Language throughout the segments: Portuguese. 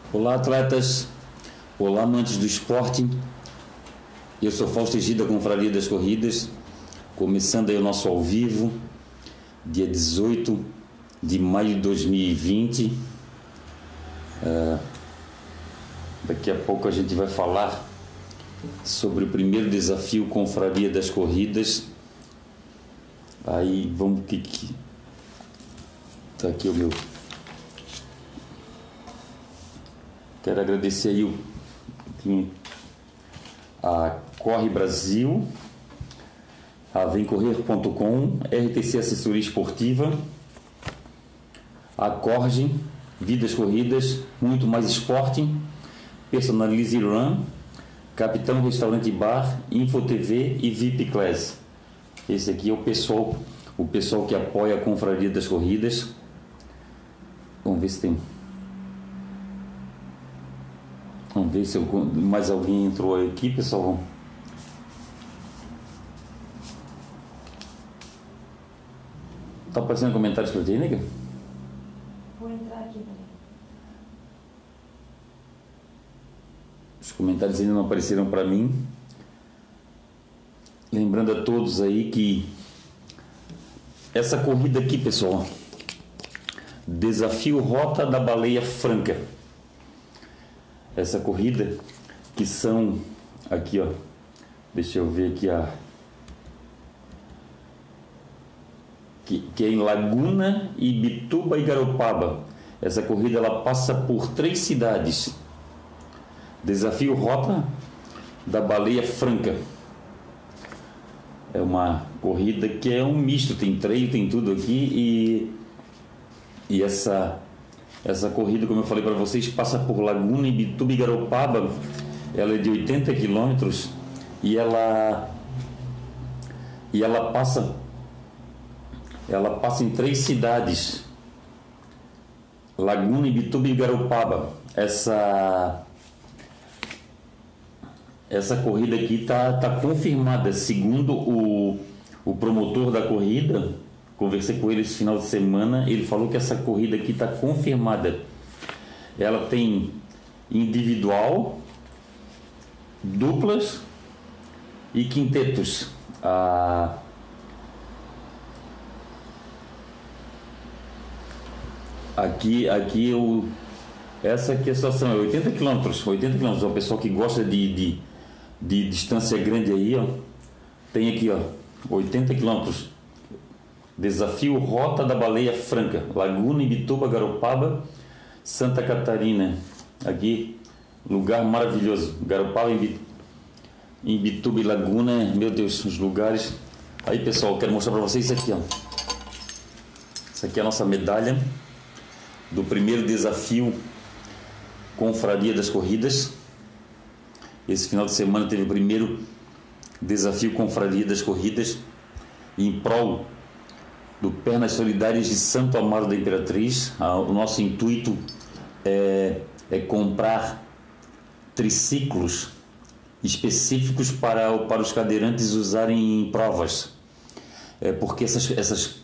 Olá, atletas. Olá, amantes do esporte. Eu sou Fausto Egida, da Confraria das Corridas, começando aí o nosso ao vivo, dia 18 de maio de 2020. Daqui a pouco a gente vai falar sobre o primeiro desafio Confraria das Corridas. Aí vamos que tá aqui o meu. Quero agradecer aí a Corre Brasil, a vemcorrer.com, RTC Assessoria Esportiva, a Corge, Vidas Corridas, Muito Mais Esporte, Personalize Run, Capitão Restaurante Bar, Info TV e VIP Class. Esse aqui é o pessoal que apoia a Confraria das Corridas. Vamos ver se tem. Vamos ver se mais alguém entrou aqui, pessoal. Tá aparecendo comentários para ti, nega? Vou entrar aqui, peraí. Os comentários ainda não apareceram para mim. Lembrando a todos aí que essa corrida aqui, pessoal, Desafio Rota da Baleia Franca. Essa corrida que são aqui, ó. Deixa eu ver aqui que é em Laguna, Ibituba e Garopaba. Essa corrida ela passa por 3 cidades. Desafio Rota da Baleia Franca. É uma corrida que é um misto, tem trail, tem tudo aqui e essa corrida, como eu falei para vocês, passa por Laguna, Ibituba e Garopaba. Ela é de 80 quilômetros e ela passa em 3 cidades: Laguna, Ibituba e Garopaba. Essa corrida aqui tá confirmada, segundo o promotor da corrida. Conversei com ele esse final de semana, ele falou que essa corrida aqui está confirmada. Ela tem individual, duplas e quintetos. Essa aqui é a situação, é 80 quilômetros. 80 quilômetros, o pessoal que gosta de distância grande aí, ó, tem aqui, ó, 80 quilômetros. Desafio Rota da Baleia Franca, Laguna, Ibituba, Garopaba, Santa Catarina. Aqui, lugar maravilhoso. Garopaba, Ibituba e Laguna, meu Deus, os lugares. Aí, pessoal, quero mostrar para vocês isso aqui, ó. Isso aqui é a nossa medalha do primeiro desafio Confraria das Corridas. Esse final de semana teve o primeiro desafio Confraria das Corridas em prol do Pernas Solidárias de Santo Amaro da Imperatriz. O nosso intuito é comprar triciclos específicos para os cadeirantes usarem em provas. Porque essas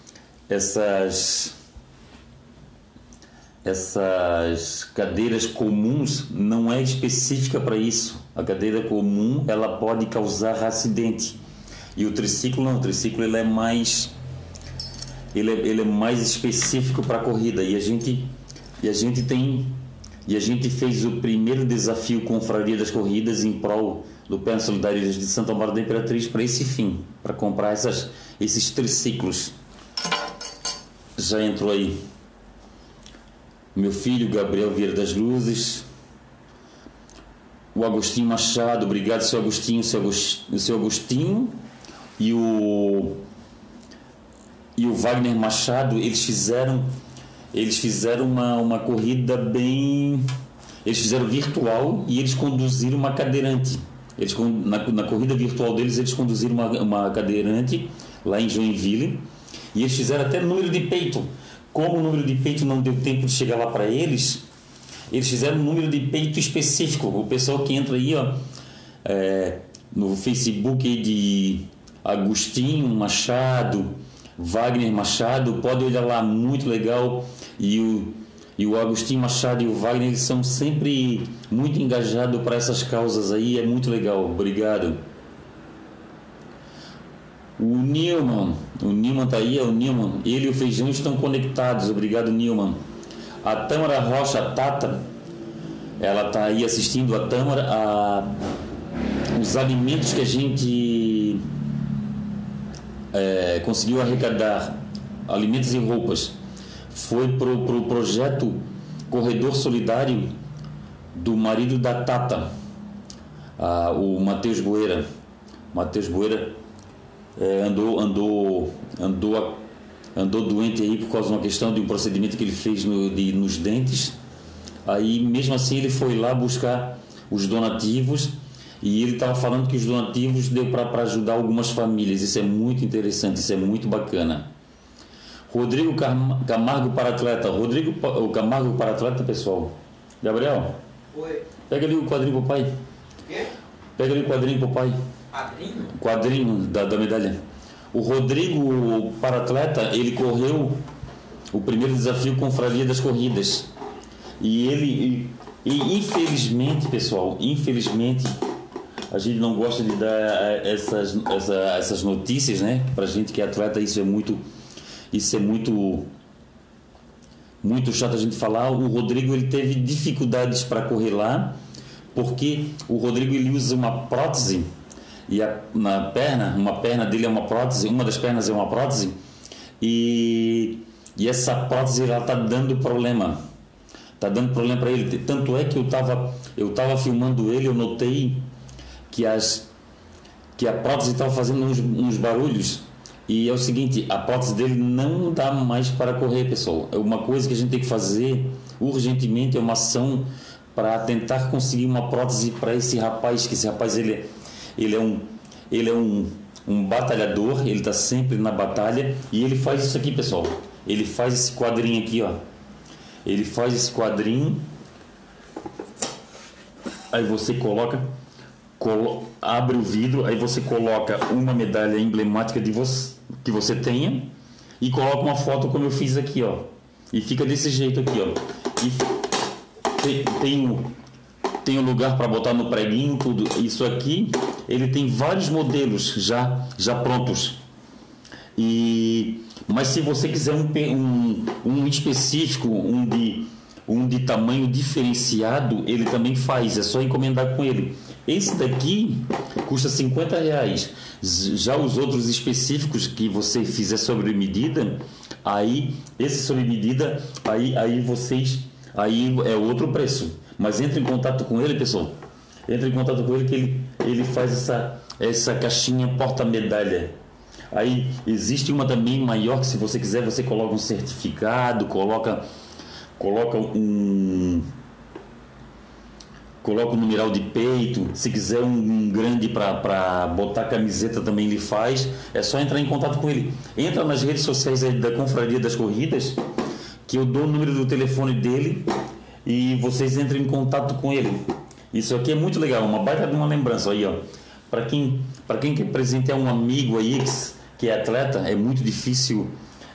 cadeiras comuns não é específica para isso. A cadeira comum ela pode causar acidente. E o triciclo não. O triciclo ele é mais específico para a corrida, e a gente fez o primeiro desafio Confraria das Corridas em prol do Pernas Solidárias de Santo Amaro da Imperatriz para esse fim, para comprar esses triciclos. Já entrou aí meu filho Gabriel Vieira das Luzes, o Agostinho Machado, obrigado seu Agostinho, e o Wagner Machado. Eles fizeram uma corrida eles fizeram virtual e eles conduziram uma cadeirante. Na corrida virtual deles, eles conduziram uma cadeirante lá em Joinville, e eles fizeram até número de peito. Como o número de peito não deu tempo de chegar lá para eles fizeram um número de peito específico. O pessoal que entra aí, ó, no Facebook de Agostinho Machado, Wagner Machado, pode olhar lá, muito legal. E E o Agostinho Machado e o Wagner, eles são sempre muito engajados para essas causas aí, é muito legal. Obrigado. O Newman tá aí, é o Newman. Ele e o Feijão estão conectados. Obrigado, Newman. A Tâmara Rocha, a Tata, ela tá aí assistindo. A Tâmara, os alimentos que a gente conseguiu arrecadar, alimentos e roupas, foi pro projeto Corredor Solidário do marido da Tata, o Matheus Boeira. Matheus Boeira andou doente aí por causa de uma questão de um procedimento que ele fez nos dentes. Aí mesmo assim ele foi lá buscar os donativos e ele estava falando que os donativos deu para ajudar algumas famílias. Isso é muito interessante, isso é muito bacana. Rodrigo Camargo para atleta. O Camargo para atleta, pessoal. Gabriel? Oi. Pega ali o quadrinho pro pai. Quê? Pega ali o quadrinho pro pai. Quadrinho? Quadrinho da medalha. O Rodrigo para atleta, ele correu o primeiro desafio Confraria das Corridas. E infelizmente, pessoal, a gente não gosta de dar essas notícias, né? Pra gente que é atleta, isso é muito chato a gente falar. O Rodrigo, ele teve dificuldades para correr lá, porque o Rodrigo, ele usa uma prótese e uma perna dele é uma prótese, uma das pernas é uma prótese, e essa prótese ela tá dando problema para ele. Tanto é que eu tava filmando ele, eu notei que a prótese estava fazendo uns barulhos. E é o seguinte, a prótese dele não dá mais para correr, pessoal. É uma coisa que a gente tem que fazer urgentemente, é uma ação para tentar conseguir uma prótese para esse rapaz, que esse rapaz ele é um batalhador, ele está sempre na batalha, e ele faz isso aqui, pessoal. Ele faz esse quadrinho aqui, ó. Ele faz esse quadrinho, aí você abre o vidro, aí você coloca uma medalha emblemática que você tenha e coloca uma foto como eu fiz aqui, ó. E fica desse jeito aqui, ó. E tem um lugar para botar no preguinho, tudo. Isso aqui, ele tem vários modelos já prontos. Mas se você quiser um específico, um de tamanho diferenciado, ele também faz, é só encomendar com ele. Esse daqui custa R$50. Já os outros específicos que você fizer sobre medida, aí esse sobre medida, aí é outro preço. Mas entre em contato com ele, pessoal. Entre em contato com ele que ele faz essa caixinha porta-medalha. Aí existe uma também maior que, se você quiser, você coloca um certificado, coloca um numeral de peito. Se quiser um grande para botar camiseta, também ele faz. É só entrar em contato com ele. Entra nas redes sociais aí da Confraria das Corridas, que eu dou o número do telefone dele e vocês entram em contato com ele. Isso aqui é muito legal, uma baita de uma lembrança aí, ó. Para quem quer presentear um amigo aí que é atleta, é muito difícil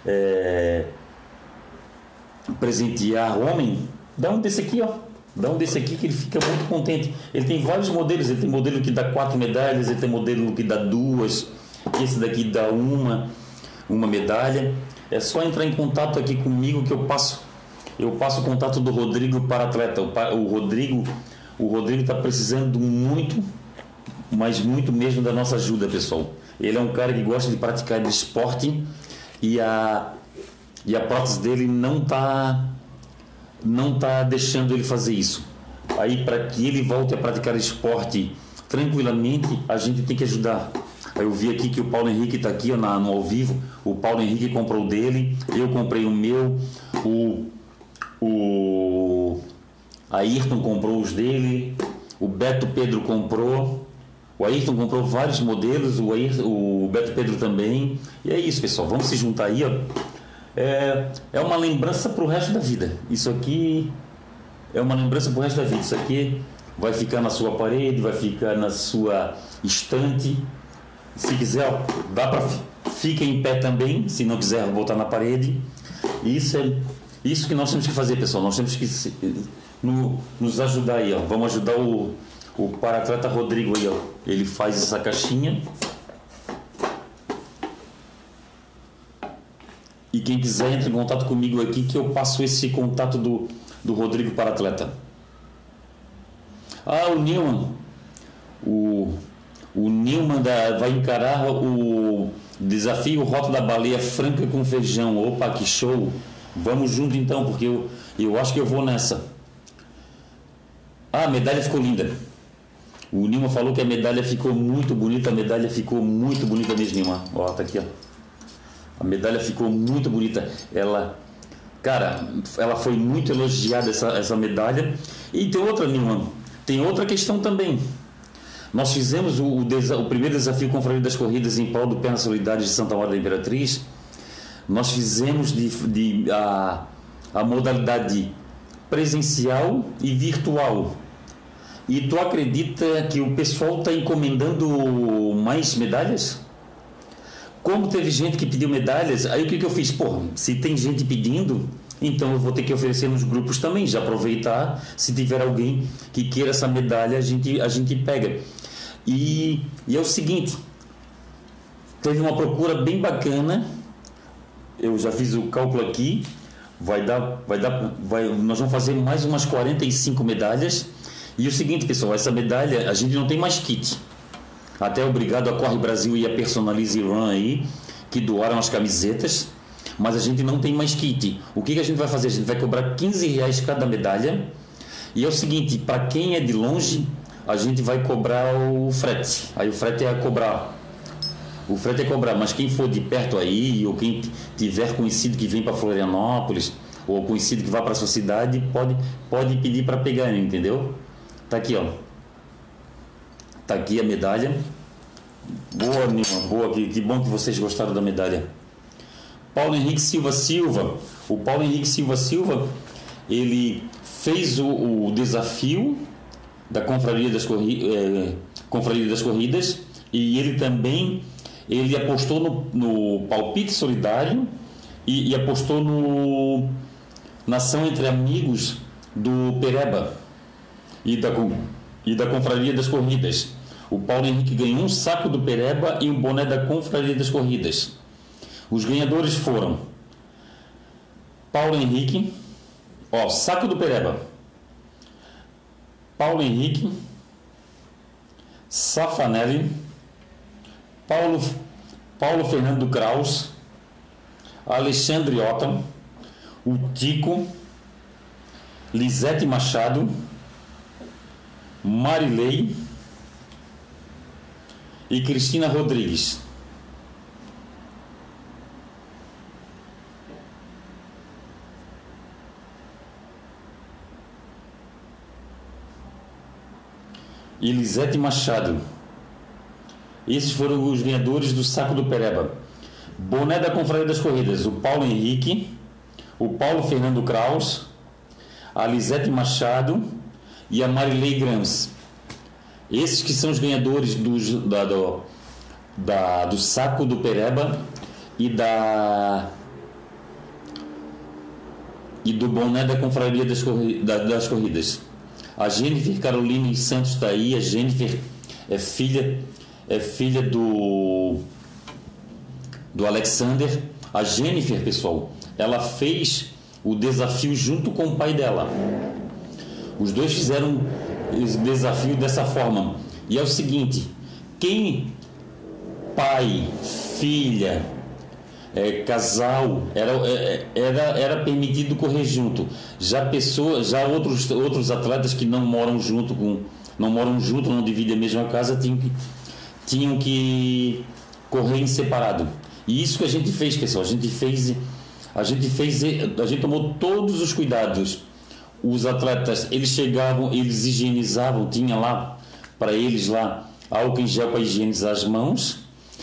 presentear homem. Dá um desse aqui, ó. Dá um desse aqui que ele fica muito contente. Ele tem vários modelos. Ele tem modelo que dá 4 medalhas, ele tem modelo que dá 2. Esse daqui dá uma medalha. É só entrar em contato aqui comigo que eu passo o contato do Rodrigo para atleta. O Rodrigo está precisando muito, mas muito mesmo da nossa ajuda, pessoal. Ele é um cara que gosta de praticar esporte e a prótese dele não tá deixando ele fazer isso. Aí, para que ele volte a praticar esporte tranquilamente, a gente tem que ajudar. Eu vi aqui que o Paulo Henrique está aqui, ó, no ao vivo. O Paulo Henrique comprou o dele, eu comprei o meu, o Ayrton comprou os dele, o Beto Pedro comprou, o Ayrton comprou vários modelos, o Beto Pedro também. E é isso, pessoal, vamos se juntar aí, ó. É uma lembrança para o resto da vida. Isso aqui é uma lembrança para o resto da vida. Isso aqui vai ficar na sua parede, vai ficar na sua estante. Se quiser, ó, fica em pé também. Se não quiser, botar na parede. Isso Isso que nós temos que fazer, pessoal. Nós temos que nos ajudar aí, ó. Vamos ajudar o para-atleta Rodrigo aí, ó. Ele faz essa caixinha. E quem quiser entre em contato comigo aqui, que eu passo esse contato do Rodrigo para-atleta. Ah, o Nilman. O Nilman vai encarar o desafio Rota da Baleia Franca com feijão. Opa, que show! Vamos junto então, porque eu acho que eu vou nessa. Ah, a medalha ficou linda. O Nilman falou que a medalha ficou muito bonita. A medalha ficou muito bonita mesmo, Nilman. Ó, tá aqui, ó. A medalha ficou muito bonita. Ela foi muito elogiada, essa medalha. E tem outra, Nilman. Tem outra questão também. Nós fizemos o primeiro desafio Confraria das Corridas em prol do Pernas Solidárias de Santa Maria da Imperatriz. Nós fizemos a modalidade presencial e virtual. E tu acredita que o pessoal está encomendando mais medalhas? Como teve gente que pediu medalhas, aí o que eu fiz? Pô, se tem gente pedindo, então eu vou ter que oferecer nos grupos também. Já aproveitar, se tiver alguém que queira essa medalha, a gente pega. E é o seguinte, teve uma procura bem bacana. Eu já fiz o cálculo aqui, nós vamos fazer mais umas 45 medalhas. E o seguinte, pessoal, essa medalha a gente não tem mais kit. Até obrigado a Corre Brasil e a Personalize Run aí, que doaram as camisetas, mas a gente não tem mais kit. O que a gente vai fazer? A gente vai cobrar R$15 cada medalha. E é o seguinte, para quem é de longe, a gente vai cobrar o frete. Aí o frete é cobrar. O frete é cobrar, mas quem for de perto aí, ou quem tiver conhecido que vem para Florianópolis, ou conhecido que vá para a sua cidade, pode pedir para pegar, entendeu? Tá aqui, ó. Tá aqui a medalha. Boa, Nilma, boa. Que bom que vocês gostaram da medalha. Paulo Henrique Silva. O Paulo Henrique Silva, ele fez o desafio da Confraria das Corridas, e ele também apostou no palpite solidário e apostou na ação entre amigos do Pereba e da Confraria das Corridas. O Paulo Henrique ganhou um saco do Pereba e um boné da Confraria das Corridas. Os ganhadores foram Paulo Henrique, ó, saco do Pereba, Paulo Henrique, Safanelli, Paulo Fernando Kraus, Alexandre Otto, o Tico, Lisete Machado, Marilei e Cristina Rodrigues. E Lisete Machado. Esses foram os ganhadores do saco do Pereba. Boné da Confraria das Corridas, o Paulo Henrique, o Paulo Fernando Kraus, a Lisete Machado e a Marilei Grams. Esses que são os ganhadores do saco do Pereba e do boné da Confraria das Corridas. A Jennifer Caroline Santos está aí. A Jennifer é filha do Alexander. A Jennifer, pessoal, ela fez o desafio junto com o pai dela. Os dois fizeram esse desafio dessa forma. E é o seguinte, quem pai, filha, casal, era permitido correr junto. Já outros atletas que não moram junto, não dividem a mesma casa, tinham que correr em separado. E isso que a gente fez, pessoal. A gente tomou todos os cuidados. Os atletas, eles chegavam, eles higienizavam, tinha lá para eles lá álcool em gel para higienizar as mãos,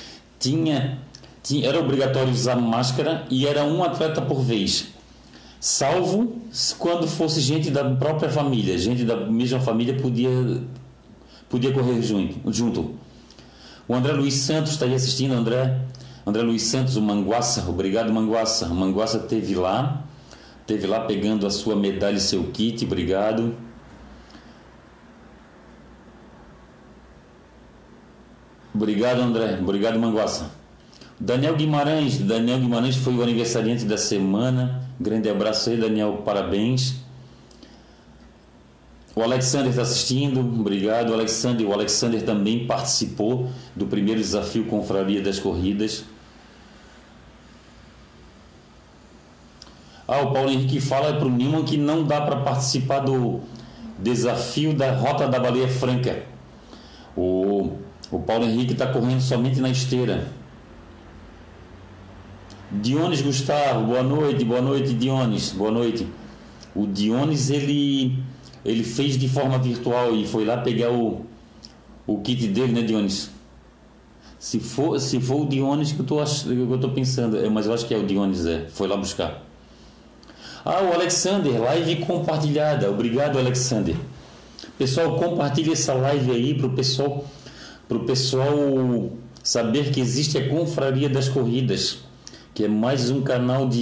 era obrigatório usar máscara e era um atleta por vez, salvo quando fosse gente da própria família, gente da mesma família podia correr junto. O André Luiz Santos está aí assistindo. André Luiz Santos, o Manguaça, obrigado, Manguaça. O Manguaça esteve lá, Teve lá pegando a sua medalha e seu kit, obrigado. Obrigado, André. Obrigado, Manguaça. Daniel Guimarães foi o aniversariante da semana. Grande abraço aí, Daniel, parabéns. O Alexander está assistindo, obrigado, Alexander. O Alexander também participou do primeiro desafio Confraria das Corridas. O Paulo Henrique fala para o Nilman que não dá para participar do desafio da Rota da Baleia Franca. O Paulo Henrique está correndo somente na esteira. Dionis Gustavo, boa noite Dionis, boa noite. O Dionis ele fez de forma virtual e foi lá pegar o kit dele, né, Dionis? Se for o Dionis que eu tô pensando, mas eu acho que é o Dionis, foi lá buscar. O Alexander, live compartilhada, obrigado, Alexander. Pessoal, compartilhe essa live aí pro pessoal saber que existe a Confraria das Corridas, que é mais um canal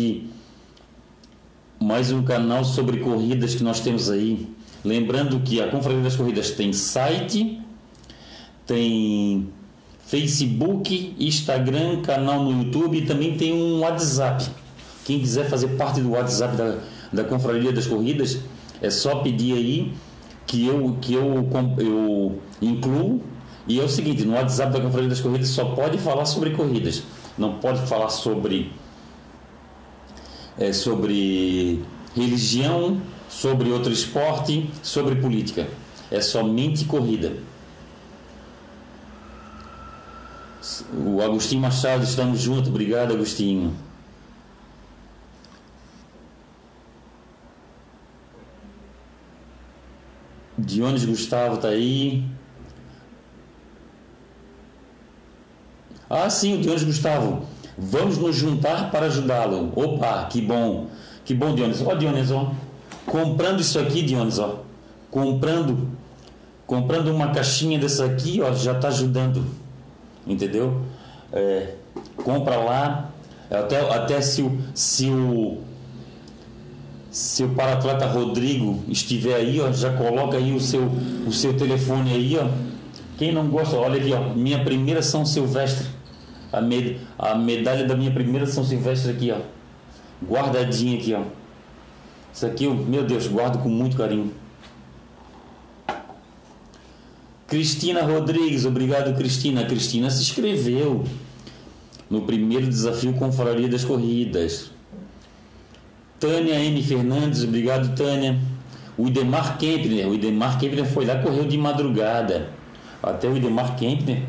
sobre corridas que nós temos aí. Lembrando que a Confraria das Corridas tem site, tem Facebook, Instagram, canal no YouTube e também tem um WhatsApp. Quem quiser fazer parte do WhatsApp da Confraria das Corridas, é só pedir aí que eu incluo. E é o seguinte, no WhatsApp da Confraria das Corridas só pode falar sobre corridas. Não pode falar sobre religião, sobre outro esporte, sobre política. É somente corrida. O Agostinho Machado, estamos juntos. Obrigado, Agostinho. Dionis Gustavo está aí. Sim, o Dionis Gustavo. Vamos nos juntar para ajudá-lo. Opa, que bom. Que bom, Dionis. Dionis, comprando isso aqui, Dionis, comprando uma caixinha dessa aqui, já está ajudando. Entendeu? Compra lá. Até se o paratleta Rodrigo estiver aí, já coloca aí o seu telefone aí, Quem não gosta, olha aqui, minha primeira São Silvestre. A medalha da minha primeira São Silvestre aqui, guardadinha aqui, Isso aqui, meu Deus, guardo com muito carinho. Cristina Rodrigues, obrigado, Cristina. A Cristina se inscreveu no primeiro desafio Confraria das Corridas. Tânia M. Fernandes, obrigado, Tânia. O Idemar Kempner foi lá, correu de madrugada. Até o Idemar Kempner.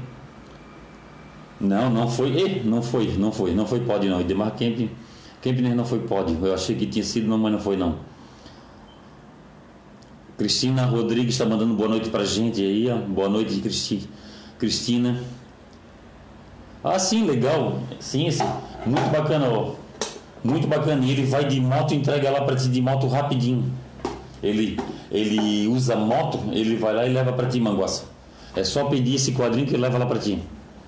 Não foi pódio não. Idemar Kempner não foi pódio. Eu achei que tinha sido, mas não foi não. Cristina Rodrigues está mandando boa noite pra gente aí, Boa noite, Cristina. Sim, legal. Sim, muito bacana, Muito bacana. E ele vai de moto e entrega lá para ti de moto rapidinho. Ele usa moto, ele vai lá e leva para ti, Manguaça. É só pedir esse quadrinho que ele leva lá para ti.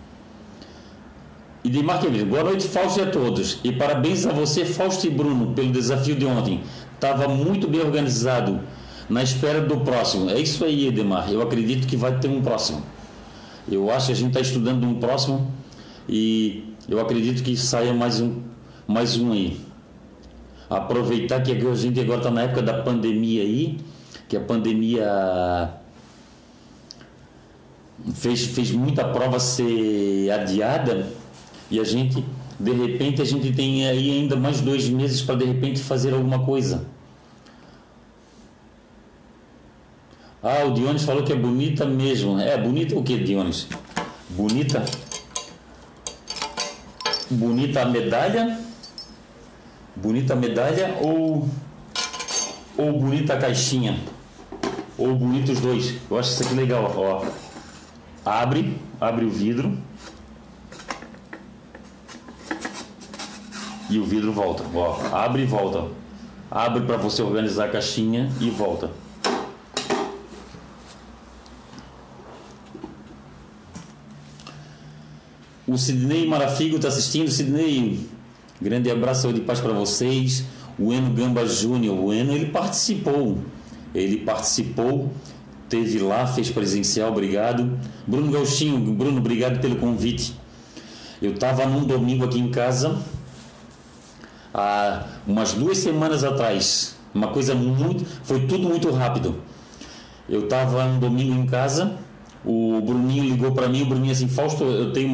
E de Marquinhos, boa noite, Fausto, e a todos. E parabéns a você, Fausto e Bruno, pelo desafio de ontem. Estava muito bem organizado, na espera do próximo. É isso aí, Edemar. Eu acredito que vai ter um próximo. Eu acho que a gente está estudando um próximo e eu acredito que saia mais um aí. Aproveitar que a gente agora está na época da pandemia aí, que a pandemia fez muita prova ser adiada e a gente, de repente, a gente tem aí ainda mais 2 meses para de repente fazer alguma coisa. O Dionis falou que é bonita mesmo. Bonita o que, Dionis? Bonita a medalha? Bonita a medalha ou bonita a caixinha? Ou bonito os dois? Eu acho isso aqui legal, Abre o vidro e o vidro volta, abre e volta. Abre para você organizar a caixinha e volta. O Sidney Marafigo está assistindo. Sidney, grande abraço, saúde e paz para vocês. o Eno Gamba Júnior. O Eno, ele participou, teve lá, fez presencial, obrigado. Bruno Gauchinho, Bruno, obrigado pelo convite. Eu estava num domingo aqui em casa, há umas 2 semanas atrás, uma coisa muito, foi tudo muito rápido. Eu estava um domingo em casa, o Bruninho ligou para mim, o Bruninho assim, Fausto, eu tenho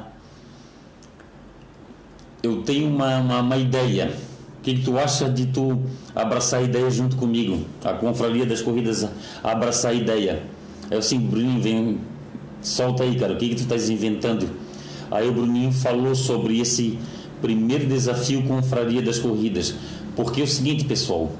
uma ideia. O que tu acha de tu abraçar a ideia junto comigo? A Confraria das Corridas abraçar a ideia. Eu assim, Bruninho, vem, solta aí, cara, o que tu estás inventando? Aí o Bruninho falou sobre esse primeiro desafio Confraria das Corridas. Porque é o seguinte, pessoal,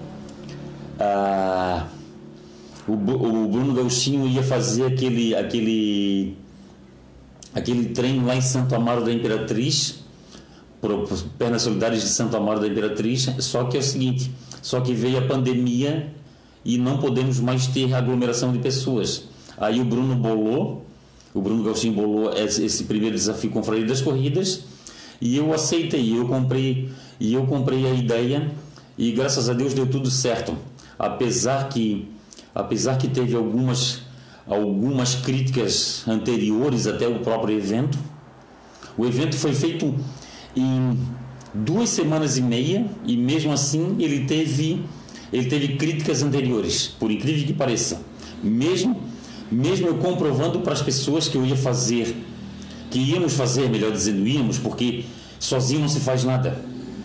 o Bruno Gauchinho ia fazer aquele treino lá em Santo Amaro da Imperatriz, Pernas Solidárias de Santo Amaro da Imperatriz, só que é o seguinte, só que veio a pandemia e não podemos mais ter aglomeração de pessoas. Aí o Bruno Gauchinho bolou esse primeiro desafio Confraria das Corridas e eu aceitei, eu comprei a ideia e graças a Deus deu tudo certo. Apesar que teve algumas críticas anteriores até o próprio evento. O evento foi feito em 2 semanas e meia e mesmo assim ele teve críticas anteriores, por incrível que pareça. Mesmo eu comprovando para as pessoas que íamos fazer, melhor dizendo, porque sozinho não se faz nada.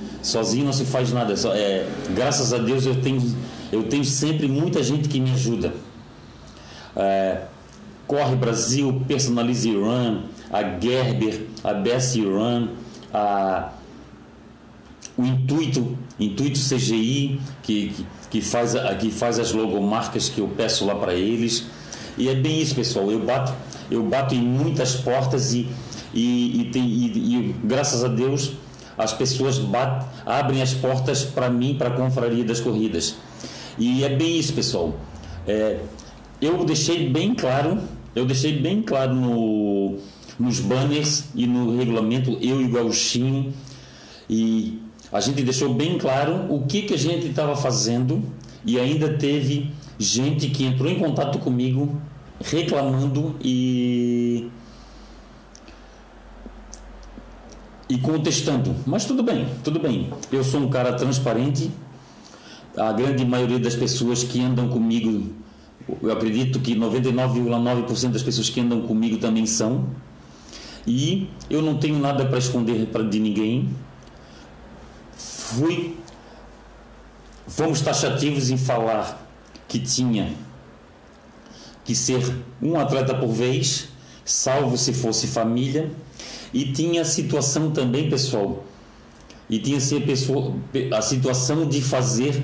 Graças a Deus eu tenho sempre muita gente que me ajuda. Corre Brasil, Personalize Run, a Gerber, a Bessie Run, o Intuito CGI, que faz as logomarcas que eu peço lá para eles. E é bem isso, pessoal. Eu bato em muitas portas e graças a Deus as pessoas abrem as portas para mim, para a Confraria das Corridas. E é bem isso, pessoal. Eu deixei bem claro nos banners e no regulamento, eu e o Gauchinho, e a gente deixou bem claro o que a gente estava fazendo, e ainda teve gente que entrou em contato comigo reclamando e contestando. Mas tudo bem. Eu sou um cara transparente. A grande maioria das pessoas que andam comigo, eu acredito que 99,9% das pessoas que andam comigo também são. E eu não tenho nada para esconder de ninguém. Fomos taxativos em falar que tinha que ser um atleta por vez, salvo se fosse família. E tinha a situação também, pessoal, a situação de fazer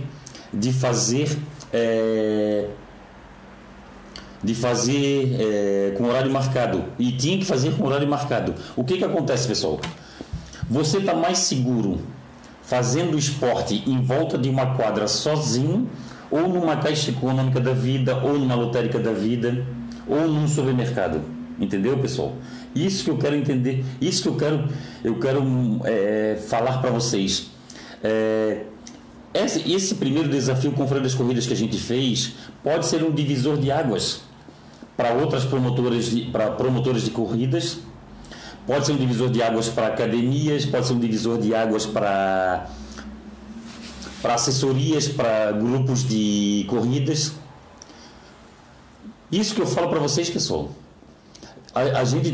com horário marcado, e tinha que fazer com horário marcado. O que acontece, pessoal? Você está mais seguro fazendo esporte em volta de uma quadra sozinho, ou numa caixa econômica da vida, ou numa lotérica da vida, ou num supermercado. Entendeu, pessoal? Isso que eu quero entender, isso que eu quero falar para vocês. Esse primeiro desafio Confraria das Corridas que a gente fez pode ser um divisor de águas para outras promotores de corridas, pode ser um divisor de águas para academias, pode ser um divisor de águas para assessorias, para grupos de corridas. Isso que eu falo para vocês, pessoal. A gente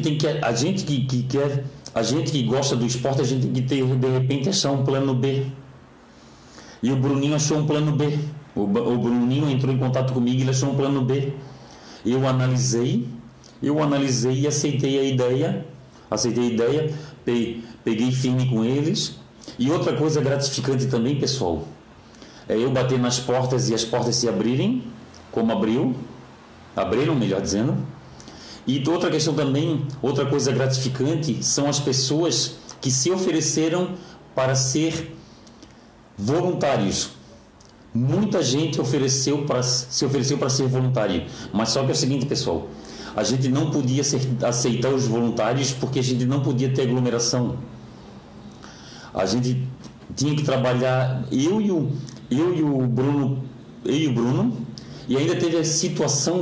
que gosta do esporte, a gente tem que ter, de repente, achar um plano B. E o Bruninho achou um plano B. O Bruninho entrou em contato comigo e ele achou um plano B. Eu analisei e aceitei a ideia. Peguei firme com eles. E outra coisa gratificante também, pessoal, é eu bater nas portas e as portas se abrirem, como abriram, melhor dizendo. E outra questão também, outra coisa gratificante, são as pessoas que se ofereceram para ser voluntários. Muita gente se ofereceu para ser voluntário. Mas só que é o seguinte, pessoal, a gente não podia aceitar os voluntários porque a gente não podia ter aglomeração. A gente tinha que trabalhar eu e o Bruno, e ainda teve a situação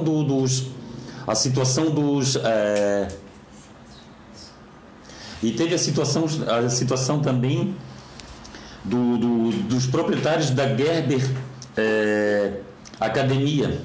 e teve a situação também dos proprietários da Gerber Academia.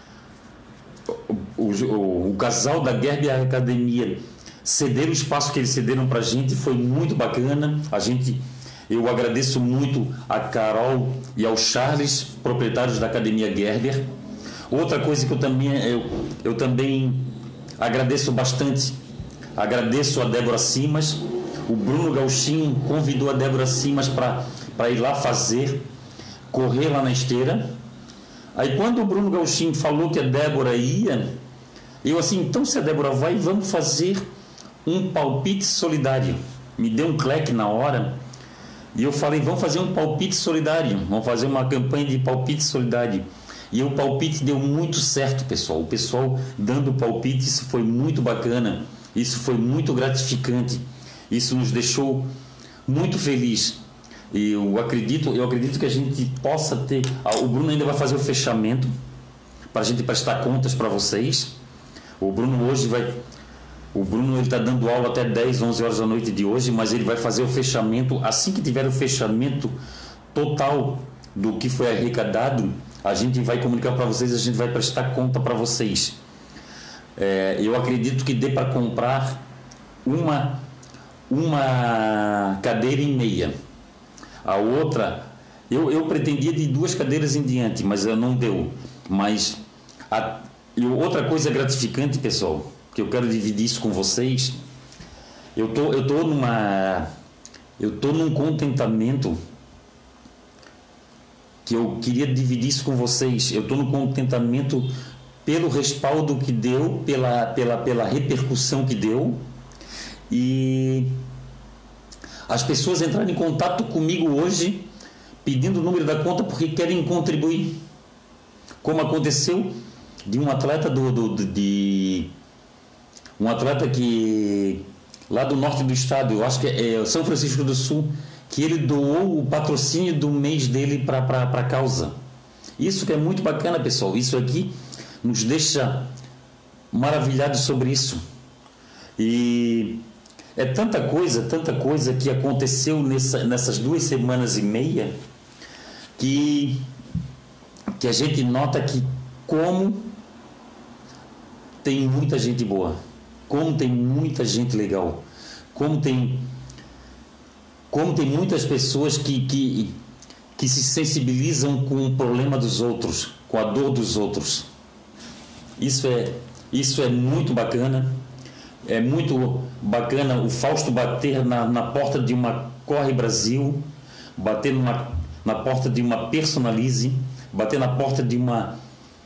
O casal da Gerber Academia cederam o espaço que eles cederam para a gente, foi muito bacana. Eu agradeço muito a Carol e ao Charles, proprietários da Academia Gerber. Outra coisa que eu também agradeço bastante, agradeço a Débora Simas. O Bruno Gauchinho convidou a Débora Simas para ir lá correr lá na esteira. Aí quando o Bruno Gauchinho falou que a Débora ia, eu assim, então se a Débora vai, vamos fazer um palpite solidário. Me deu um clique na hora e eu falei, vamos fazer um palpite solidário, vamos fazer uma campanha de palpite solidário. E o palpite deu muito certo, pessoal. O pessoal dando palpite, isso foi muito bacana, isso foi muito gratificante, isso nos deixou muito feliz. E eu acredito que a gente possa ter. O Bruno ainda vai fazer o fechamento para a gente prestar contas para vocês. O Bruno ele está dando aula até 10, 11 horas da noite de hoje, mas ele vai fazer o fechamento. Assim que tiver o fechamento total do que foi arrecadado, a gente vai comunicar para vocês, a gente vai prestar conta para vocês. Eu acredito que dê para comprar uma cadeira e meia. A outra, eu pretendia de 2 cadeiras em diante, mas não deu. Mas outra coisa gratificante, pessoal, que eu quero dividir isso com vocês, eu tô num contentamento que eu queria dividir isso com vocês. Eu estou no contentamento pelo respaldo que deu, pela repercussão que deu, e as pessoas entraram em contato comigo hoje pedindo o número da conta porque querem contribuir, como aconteceu de um atleta um atleta que lá do norte do estado, eu acho que é São Francisco do Sul, que ele doou o patrocínio do mês dele para a causa. Isso que é muito bacana, pessoal. Isso aqui nos deixa maravilhados sobre isso. E é tanta coisa que aconteceu nessas 2 semanas e meia que a gente nota que como tem muita gente boa, como tem muita gente legal, como tem muitas pessoas que se sensibilizam com o problema dos outros, com a dor dos outros. Isso é muito bacana. É muito bacana o Fausto bater na porta de uma Corre Brasil, bater na porta de uma Personalize, bater na porta de uma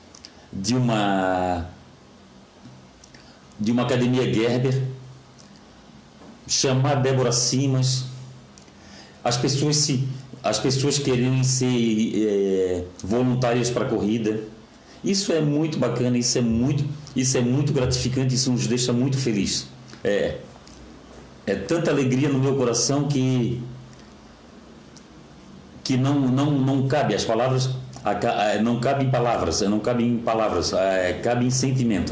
Academia Gerber, chamar Débora Simas, as pessoas quererem ser voluntárias para a corrida. Isso é muito bacana, isso é muito gratificante, isso nos deixa muito feliz. É tanta alegria no meu coração que não cabe as palavras, não cabe em palavras, cabe em sentimento.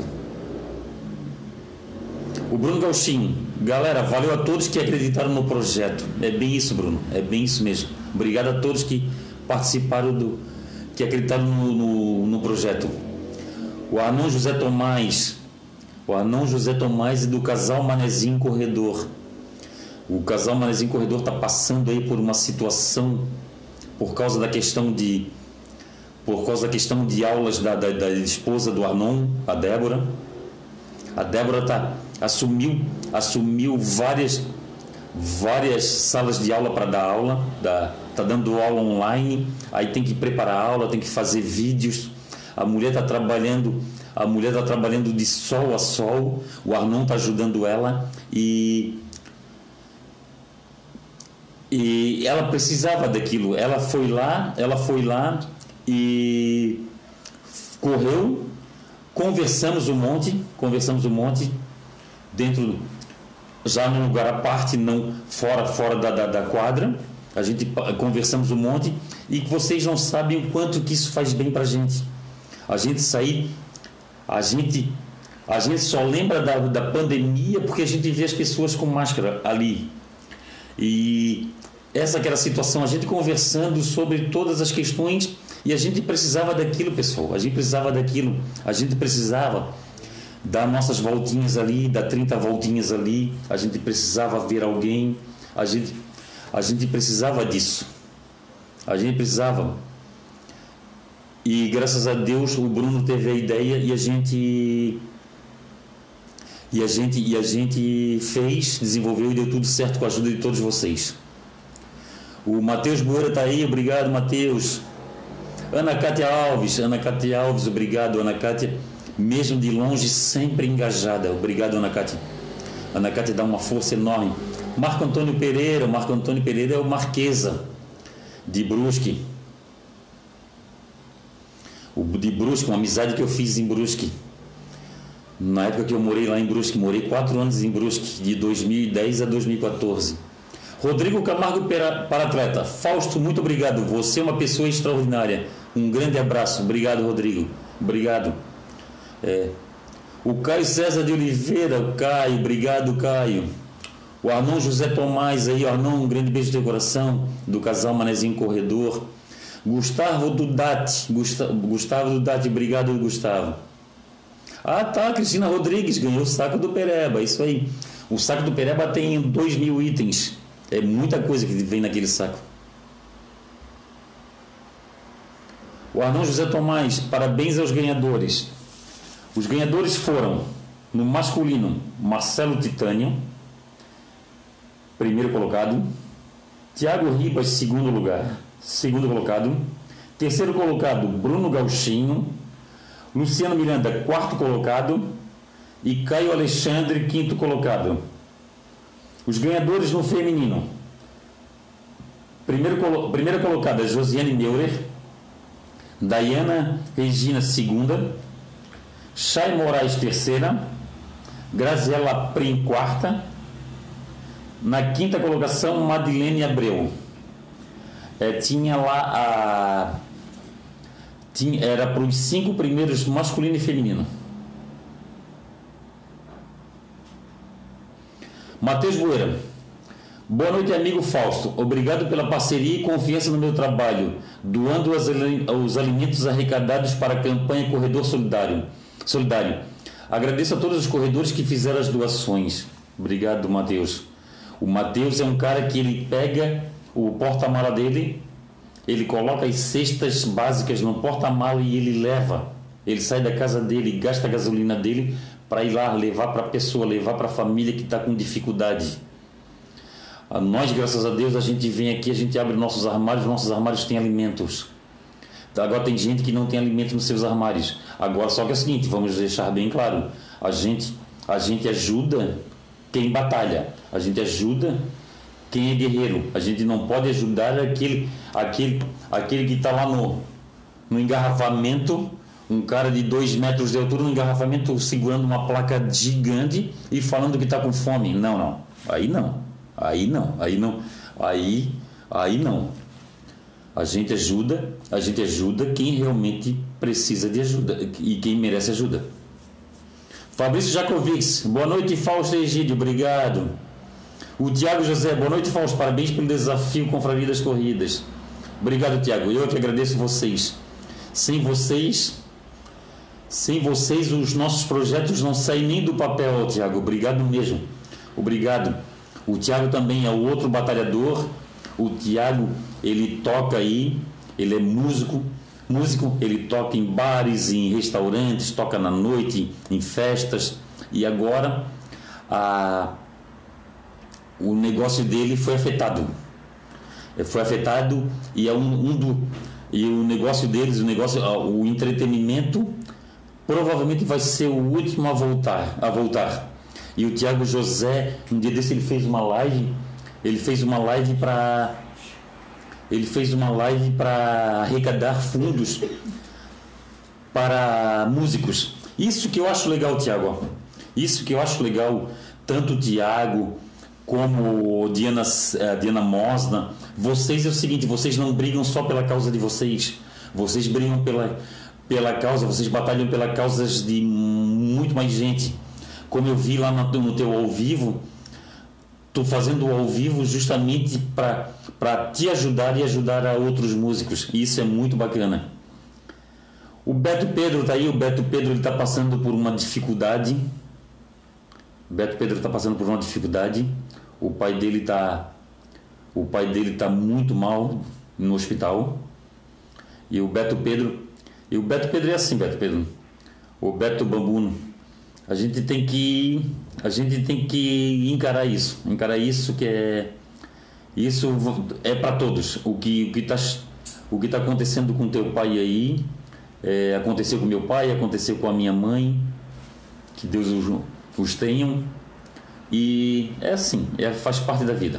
O Bruno Gauchinho, galera, valeu a todos que acreditaram no projeto. É bem isso, Bruno, é bem isso mesmo. Obrigado a todos que participaram que acreditaram no projeto. O Arnon José Tomás e do Casal Manezinho Corredor. O Casal Manezinho Corredor está passando aí por uma situação por causa da questão de aulas da esposa do Arnon, a Débora. A Débora assumiu várias salas de aula para dar aula, está dando aula online, aí tem que preparar a aula, tem que fazer vídeos. A mulher está trabalhando de sol a sol, o Arnon está ajudando ela e ela precisava daquilo. Ela foi lá e correu, conversamos um monte dentro, já num lugar à parte, não fora da quadra. conversamos um monte e que vocês não sabem o quanto que isso faz bem pra gente. A gente sair, a gente só lembra da pandemia porque a gente vê as pessoas com máscara ali. E essa que era a situação, a gente conversando sobre todas as questões e a gente precisava daquilo, pessoal. A gente precisava daquilo. A gente precisava dar nossas voltinhas ali, dar 30 voltinhas ali. A gente precisava ver alguém. A gente precisava disso. A gente precisava. E graças a Deus o Bruno teve a ideia e a gente fez, desenvolveu e deu tudo certo com a ajuda de todos vocês. O Matheus Boeira está aí, obrigado, Matheus. Ana Cátia Alves, obrigado, Ana Cátia. Mesmo de longe, sempre engajada. Obrigado, Ana Cátia. Ana Cátia dá uma força enorme. Marco Antônio Pereira é o Marquesa de Brusque. De Brusque, uma amizade que eu fiz em Brusque. Na época que eu morei lá em Brusque, morei 4 anos em Brusque, de 2010 a 2014. Rodrigo Camargo Paratleta. Fausto, muito obrigado. Você é uma pessoa extraordinária. Um grande abraço. Obrigado, Rodrigo. Obrigado. O Caio César de Oliveira. O Caio, obrigado, Caio. O Arnon José Tomás aí. Arnon, um grande beijo de coração. Do casal Manezinho Corredor. Gustavo Dudati. Gustavo Dudati, obrigado, Gustavo. Ah, tá. Cristina Rodrigues ganhou o saco do Pereba. Isso aí. O saco do Pereba tem 2.000 itens. É muita coisa que vem naquele saco. O Arnon José Tomás, parabéns aos ganhadores. Os ganhadores foram, no masculino, Marcelo Titânio, primeiro colocado. Tiago Ribas, segundo colocado. Terceiro colocado, Bruno Gauchinho. Luciano Miranda, quarto colocado. E Caio Alexandre, quinto colocado. Os ganhadores no feminino. Primeira colocada, Josiane Neurer. Dayana Regina, segunda. Chay Moraes, terceira. Graziela Prim, quarta. Na quinta colocação, Madilene Abreu. Tinha lá era para os 5 primeiros, masculino e feminino. Matheus Boeira. Boa noite, amigo Fausto. Obrigado pela parceria e confiança no meu trabalho, doando os alimentos arrecadados para a campanha Corredor Solidário. Agradeço a todos os corredores que fizeram as doações. Obrigado, Matheus. O Matheus é um cara que ele pega o porta-mala dele, ele coloca as cestas básicas no porta-mala e ele leva. Ele sai da casa dele, gasta a gasolina dele para ir lá levar para a pessoa, levar para a família que está com dificuldade. Nós, graças a Deus, a gente vem aqui, a gente abre nossos armários têm alimentos. Agora tem gente que não tem alimento nos seus armários. Agora, só que é o seguinte, vamos deixar bem claro, a gente ajuda quem batalha, a gente ajuda quem é guerreiro. A gente não pode ajudar aquele que está lá no engarrafamento, um cara de 2 metros de altura no engarrafamento segurando uma placa gigante e falando que está com fome. Não. Aí não. A gente ajuda quem realmente precisa de ajuda e quem merece ajuda. Fabrício Jacovics, boa noite, Fausto Egídio, obrigado. O Tiago José, boa noite, Fausto, parabéns pelo desafio Confraria das Corridas. Obrigado, Tiago, eu que agradeço vocês. Sem vocês os nossos projetos não saem nem do papel, Tiago. Obrigado mesmo. Obrigado. O Tiago também é o outro batalhador. O Tiago, ele toca aí, ele é músico, ele toca em bares, em restaurantes, toca na noite, em festas. E agora o negócio dele foi afetado. E é e o negócio deles, o entretenimento provavelmente vai ser o último a voltar. E o Tiago José, um dia desse ele fez uma live para arrecadar fundos para músicos. Isso que eu acho legal, Tiago. Isso que eu acho legal, tanto o Tiago, como Diana Mosna. Vocês é o seguinte, vocês não brigam só pela causa de vocês, vocês brigam pela causa, vocês batalham pela causa de muito mais gente. Como eu vi lá no teu ao vivo, estou fazendo o ao vivo justamente para te ajudar e ajudar a outros músicos. E isso é muito bacana. O Beto Pedro está aí. O Beto Pedro está passando por uma dificuldade. O pai dele está muito mal no hospital. E o Beto Pedro é assim, Beto Pedro. O Beto Bambuno. A gente tem que encarar isso que isso é para todos. O que tá acontecendo com teu pai aí, aconteceu com meu pai, aconteceu com a minha mãe, que Deus os tenham, e é assim, faz parte da vida.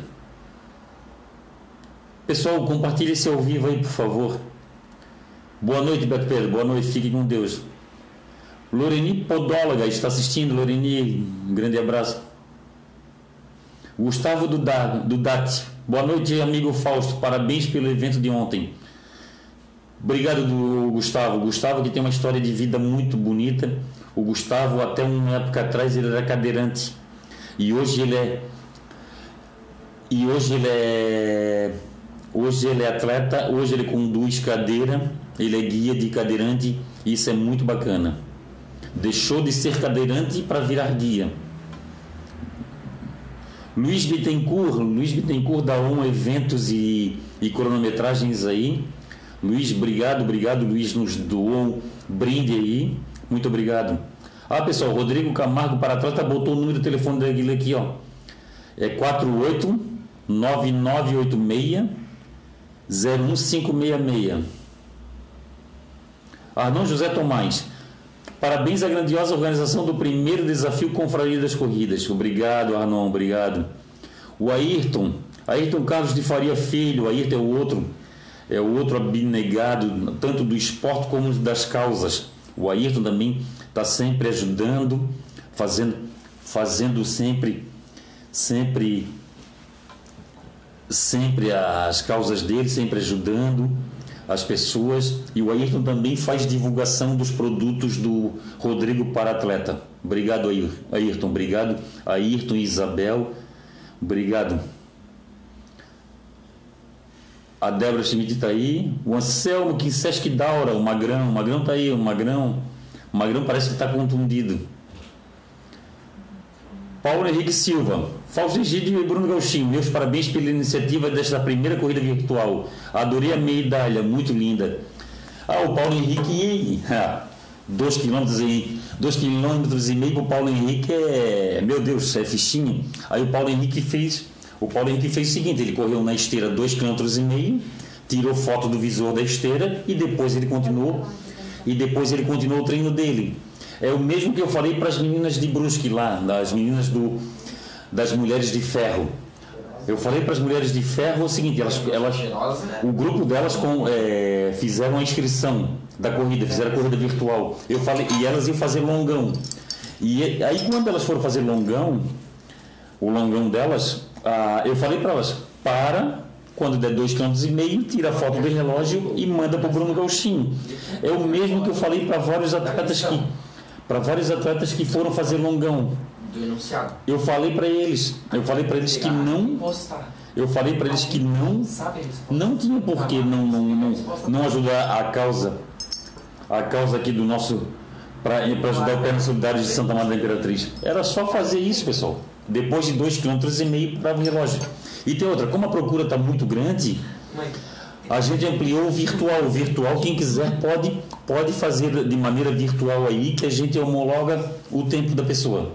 Pessoal, compartilhe esse ao vivo aí, por favor. Boa noite, Beto Pedro, boa noite, fique com Deus. Loreni Podóloga está assistindo. Loreni, um grande abraço. Gustavo do DAT. Boa noite, amigo Fausto. Parabéns pelo evento de ontem. Obrigado, Gustavo. Gustavo, que tem uma história de vida muito bonita. O Gustavo, até uma época atrás, ele era cadeirante. E hoje ele é atleta. Hoje ele conduz cadeira. Ele é guia de cadeirante. Isso é muito bacana. Deixou de ser cadeirante para virar guia. Luiz Bittencourt da ON Eventos e cronometragens aí. Luiz, obrigado. Luiz nos doou um brinde aí. Muito obrigado. Pessoal, Rodrigo Camargo para atleta botou o número de telefone dele aqui, ó. É 489986-01566. Arnon José Tomás. Parabéns à grandiosa organização do primeiro desafio Confraria das Corridas. Obrigado, Arnon, obrigado. O Ayrton Carlos de Faria Filho. O Ayrton é o outro abnegado, tanto do esporte como das causas. O Ayrton também está sempre ajudando, fazendo sempre as causas dele, sempre ajudando as pessoas. E o Ayrton também faz divulgação dos produtos do Rodrigo para Atleta. Obrigado, Ayrton. Obrigado, Ayrton e Isabel. Obrigado. A Débora Schmidt está aí. O Anselmo Kinsesc Daura, o Magrão. O Magrão está aí. O Magrão parece que está contundido. Paulo Henrique Silva. Fausto Egídio e Bruno Gauchinho. Meus parabéns pela iniciativa desta primeira corrida virtual. Adorei a medalha, muito linda. O Paulo Henrique, 2 quilômetros e meio para o Paulo Henrique meu Deus, é fichinha. Aí o Paulo Henrique fez o seguinte, ele correu na esteira 2,5 km, tirou foto do visor da esteira e depois ele continuou o treino dele. É o mesmo que eu falei para as meninas de Brusque lá, das meninas das Mulheres de Ferro. Eu falei para as Mulheres de Ferro o seguinte, o grupo delas fizeram a inscrição da corrida, fizeram a corrida virtual. Eu falei, e elas iam fazer longão. E aí quando elas foram fazer o longão delas, eu falei para elas, quando der 2,5 km, tira a foto do relógio e manda para o Bruno Gauchinho. É o mesmo que eu falei para vários atletas que foram fazer longão. Do enunciado. Eu falei para eles que não. Eu falei para eles que não tinha por que não ajudar a causa aqui do nosso, para ajudar o Pernas Solidários de Santa Maria da Imperatriz. Era só fazer isso, pessoal. Depois de 2,5 km para o relógio. E tem outra, como a procura está muito grande, a gente ampliou o virtual. O virtual, quem quiser pode fazer de maneira virtual aí, que a gente homologa o tempo da pessoa.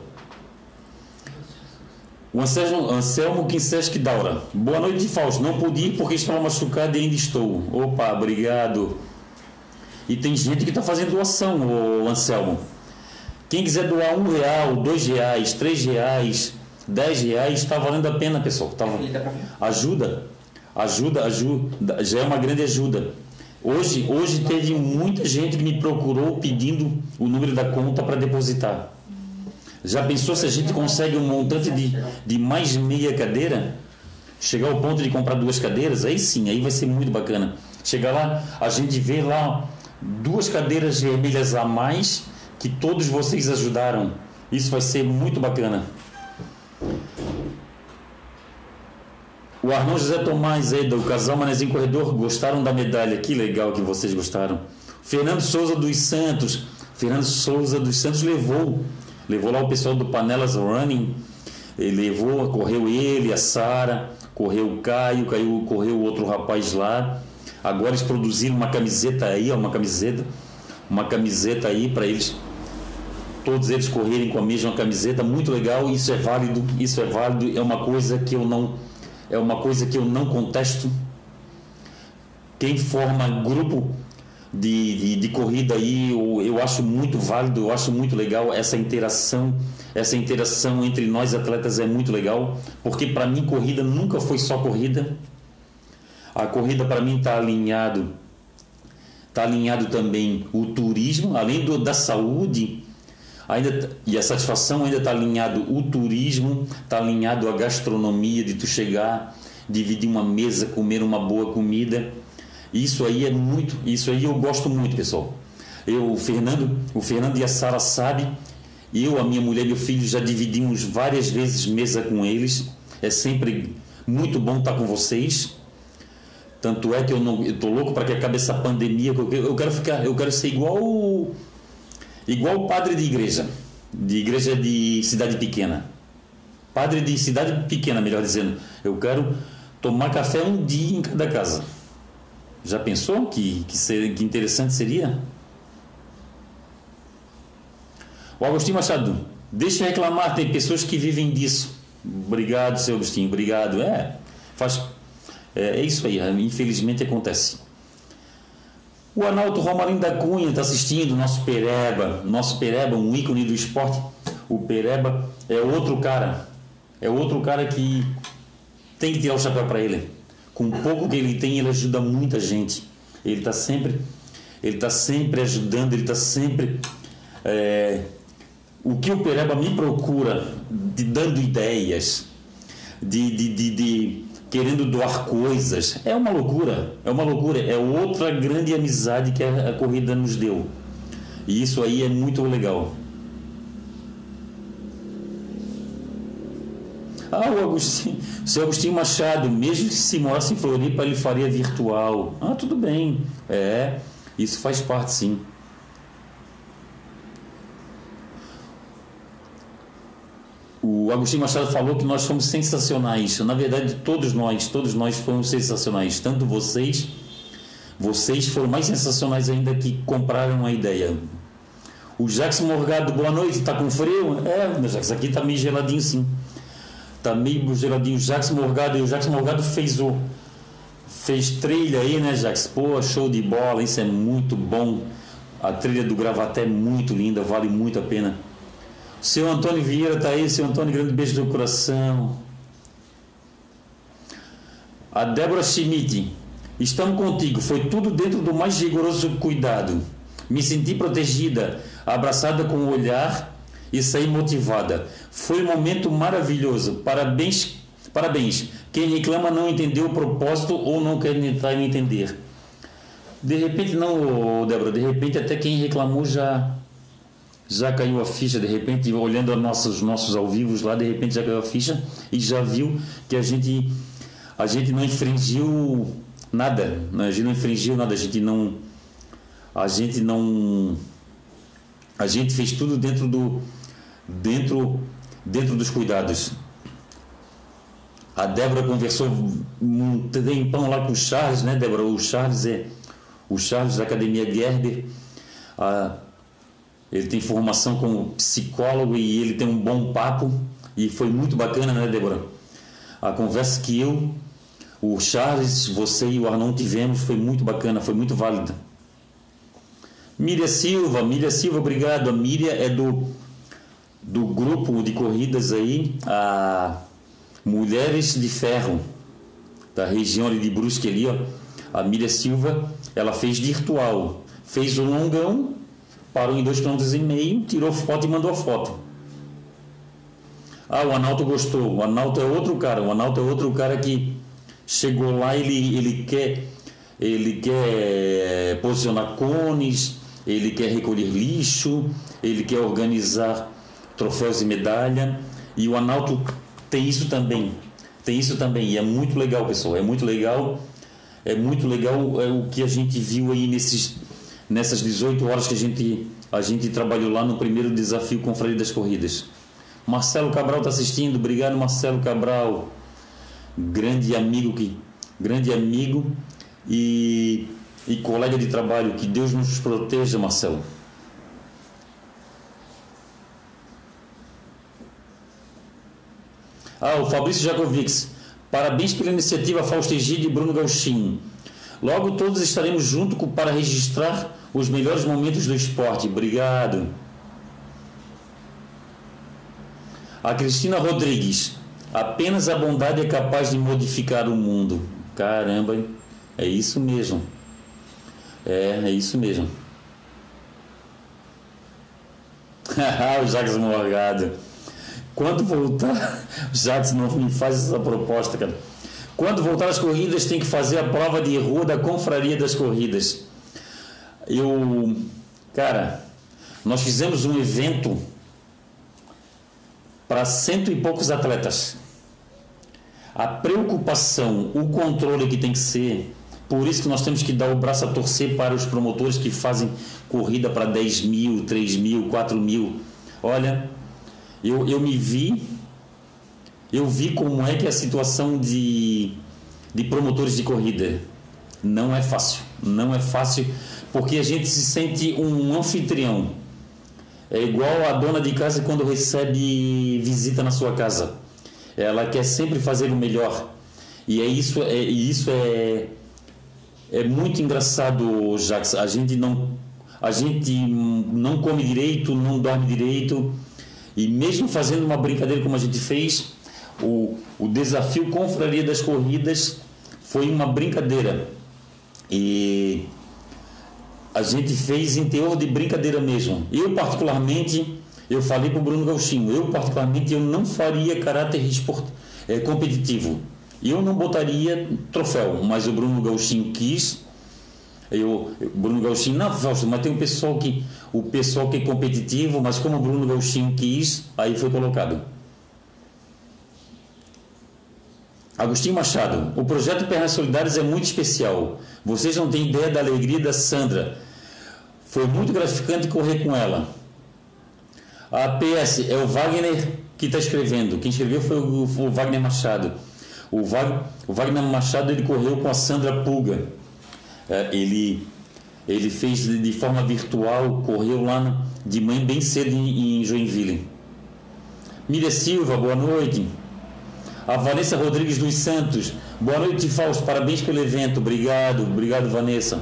O Anselmo Kinsesc Daura. Boa noite, Fausto. Não pude ir porque estava machucado e ainda estou. Opa, obrigado. E tem gente que está fazendo doação, o Anselmo. Quem quiser doar R$1, R$2, R$3, R$10, está valendo a pena, pessoal. Ajuda. Já é uma grande ajuda. Hoje teve muita gente que me procurou pedindo o número da conta para depositar. Já pensou se a gente consegue um montante de mais meia cadeira? Chegar ao ponto de comprar 2 cadeiras? Aí sim, aí vai ser muito bacana. Chegar lá, a gente vê lá 2 cadeiras vermelhas a mais que todos vocês ajudaram. Isso vai ser muito bacana. O Arnon José Tomás aí do Casal Manezinho Corredor gostaram da medalha. Que legal que vocês gostaram. Fernando Souza dos Santos. Fernando Souza dos Santos levou lá o pessoal do Panelas Running. Ele levou, correu ele, a Sara, correu o Caio, correu o outro rapaz lá. Agora eles produziram uma camiseta aí, ó, uma camiseta aí para eles, todos eles correrem com a mesma camiseta. Muito legal, isso é válido, é uma coisa que eu não contesto. Quem forma grupo de corrida aí, eu acho muito válido, eu acho muito legal essa interação entre nós atletas, é muito legal, porque para mim corrida nunca foi só corrida. A corrida para mim está alinhado também o turismo, além da saúde, e a satisfação, ainda está alinhado o turismo, está alinhado a gastronomia, de tu chegar, dividir uma mesa, comer uma boa comida. Isso aí eu gosto muito, pessoal. O Fernando e a Sara sabem, a minha mulher e meu filho já dividimos várias vezes mesa com eles. É sempre muito bom estar com vocês. Tanto é que eu estou louco para que acabe essa pandemia. Eu quero ser igual o padre de igreja de cidade pequena. Padre de cidade pequena, melhor dizendo. Eu quero tomar café um dia em cada casa. Já pensou que interessante seria? O Agostinho Machado, deixa eu reclamar, tem pessoas que vivem disso. Obrigado, seu Agostinho, obrigado. É isso aí, infelizmente acontece. O Arnaldo Romarinho da Cunha está assistindo, nosso Pereba, um ícone do esporte. O Pereba é outro cara que tem que tirar o chapéu para ele. Com o pouco que ele tem, ele ajuda muita gente. Ele está sempre ajudando, ele está sempre... o que o Pereba me procura, dando ideias, de querendo doar coisas, é uma loucura, é outra grande amizade que a corrida nos deu. E isso aí é muito legal. O seu Agostinho Machado, mesmo que se morasse em Floripa, ele faria virtual. Tudo bem. Isso faz parte, sim. O Agostinho Machado falou que nós fomos sensacionais. Na verdade, todos nós fomos sensacionais. Tanto vocês foram mais sensacionais ainda, que compraram a ideia. O Jackson Morgado, boa noite, tá com frio? Mas Jackson, aqui tá meio geladinho, sim. Tá meio geladinho. O Jackson Morgado fez trilha aí, né, Jackson? Pô, show de bola, isso é muito bom. A trilha do Gravaté é muito linda, vale muito a pena. Seu Antônio Vieira tá aí, seu Antônio, grande beijo do coração. A Débora Schmidt, estamos contigo, foi tudo dentro do mais rigoroso cuidado. Me senti protegida, abraçada com o olhar e saí motivada. Foi um momento maravilhoso. Parabéns. Quem reclama não entendeu o propósito ou não quer tentar entender. De repente não, Débora, de repente até quem reclamou já caiu a ficha, de repente, olhando nossos ao vivo lá, de repente já caiu a ficha e já viu que a gente não infringiu nada, a gente fez tudo dentro dos cuidados. A Débora conversou um tempão lá com o Charles, né, Débora? O Charles da Academia Gerber. Ele tem formação como psicólogo e ele tem um bom papo. E foi muito bacana, né, Débora? A conversa que o Charles, você e o Arnon tivemos foi muito bacana, foi muito válida. Miriam Silva, obrigado. A Miriam é do grupo de corridas aí, a Mulheres de Ferro, da região ali de Brusque ali, ó. A Miriam Silva, ela fez virtual, fez o longão, parou em 2,5 km, tirou foto e mandou a foto. Ah, o Analto gostou. O Analto é outro cara. O Analto é outro cara que chegou lá, ele quer posicionar cones, ele quer recolher lixo, ele quer organizar troféus e medalha. E o Analto tem isso também. Tem isso também. E é muito legal, pessoal. É muito legal. É muito legal o que a gente viu aí nessas 18 horas que a gente trabalhou lá no primeiro desafio Confraria das Corridas. Marcelo Cabral está assistindo. Obrigado, Marcelo Cabral. Grande amigo e colega de trabalho. Que Deus nos proteja, Marcelo. Ah, o Fabrício Jacovics. Parabéns pela iniciativa Fausto Egídio e Bruno Gauchinho. Logo todos estaremos juntos para registrar os melhores momentos do esporte. Obrigado. A Cristina Rodrigues. Apenas a bondade é capaz de modificar o mundo. Caramba, hein? É isso mesmo. É isso mesmo. O Jacques Morgado. Quando voltar, Jacques não me faz essa proposta, cara. Quando voltar às corridas, tem que fazer a prova de rua da Confraria das Corridas. Cara, nós fizemos um evento para 100 e poucos atletas. A preocupação, o controle que tem que ser, por isso que nós temos que dar o braço a torcer para os promotores que fazem corrida para 10 mil, 3 mil, 4 mil. Olha, eu vi como é que é a situação de promotores de corrida. Não é fácil, porque a gente se sente um anfitrião. É igual a dona de casa quando recebe visita na sua casa. Ela quer sempre fazer o melhor. E isso é muito engraçado, Jacques. A gente não come direito, não dorme direito. E mesmo fazendo uma brincadeira como a gente fez, o desafio Confraria das Corridas foi uma brincadeira. E a gente fez em teor de brincadeira mesmo. Eu falei para o Bruno Gauchinho, eu não faria caráter competitivo. Eu não botaria troféu, mas o Bruno Gauchinho quis. Bruno Gauchinho, não, Fausto, mas tem o pessoal que é competitivo, mas como o Bruno Gauchinho quis, aí foi colocado. Agostinho Machado, o projeto Pernas Solidárias é muito especial. Vocês não têm ideia da alegria da Sandra. Foi muito gratificante correr com ela. A PS é o Wagner que está escrevendo. Quem escreveu foi o Wagner Machado. O Wagner Machado, ele correu com a Sandra Pulga. Ele fez de forma virtual, correu lá de manhã bem cedo em Joinville. Miriam Silva, boa noite. A Vanessa Rodrigues dos Santos, boa noite, Fausto, parabéns pelo evento. Obrigado, Vanessa.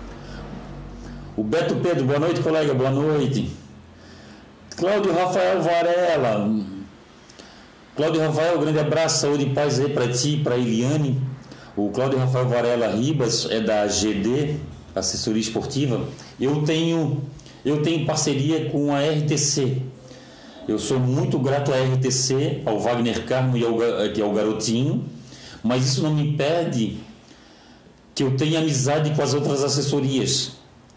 O Beto Pedro, boa noite, colega, boa noite. Cláudio Rafael Varela. Cláudio Rafael, grande abraço, saúde e paz aí para ti, para a Eliane. O Cláudio Rafael Varela Ribas é da GD, assessoria esportiva. Eu tenho parceria com a RTC. Eu sou muito grato à RTC, ao Wagner Carmo que é o garotinho, mas isso não me impede que eu tenha amizade com as outras assessorias.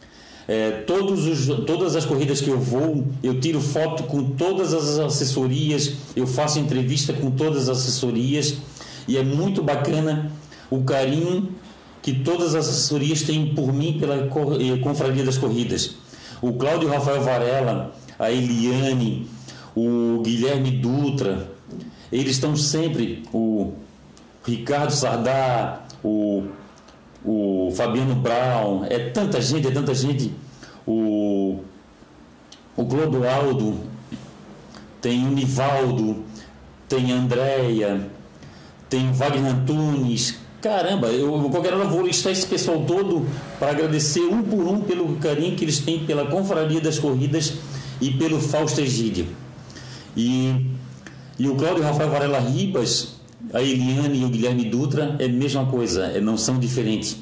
Todas as corridas que eu vou, eu tiro foto com todas as assessorias, eu faço entrevista com todas as assessorias e é muito bacana o carinho que todas as assessorias têm por mim pela Confraria das Corridas. O Cláudio Rafael Varela, a Eliane, o Guilherme Dutra, eles estão sempre, o Ricardo Sardá, o Fabiano Brown, é tanta gente, o Clodoaldo, tem o Nivaldo, tem a Andréia, tem o Wagner Antunes. Caramba, qualquer hora eu vou listar esse pessoal todo para agradecer um por um pelo carinho que eles têm pela Confraria das Corridas e pelo Fausto Egídio. E o Cláudio Rafael Varela Ribas, a Eliane e o Guilherme Dutra é a mesma coisa, não são diferentes.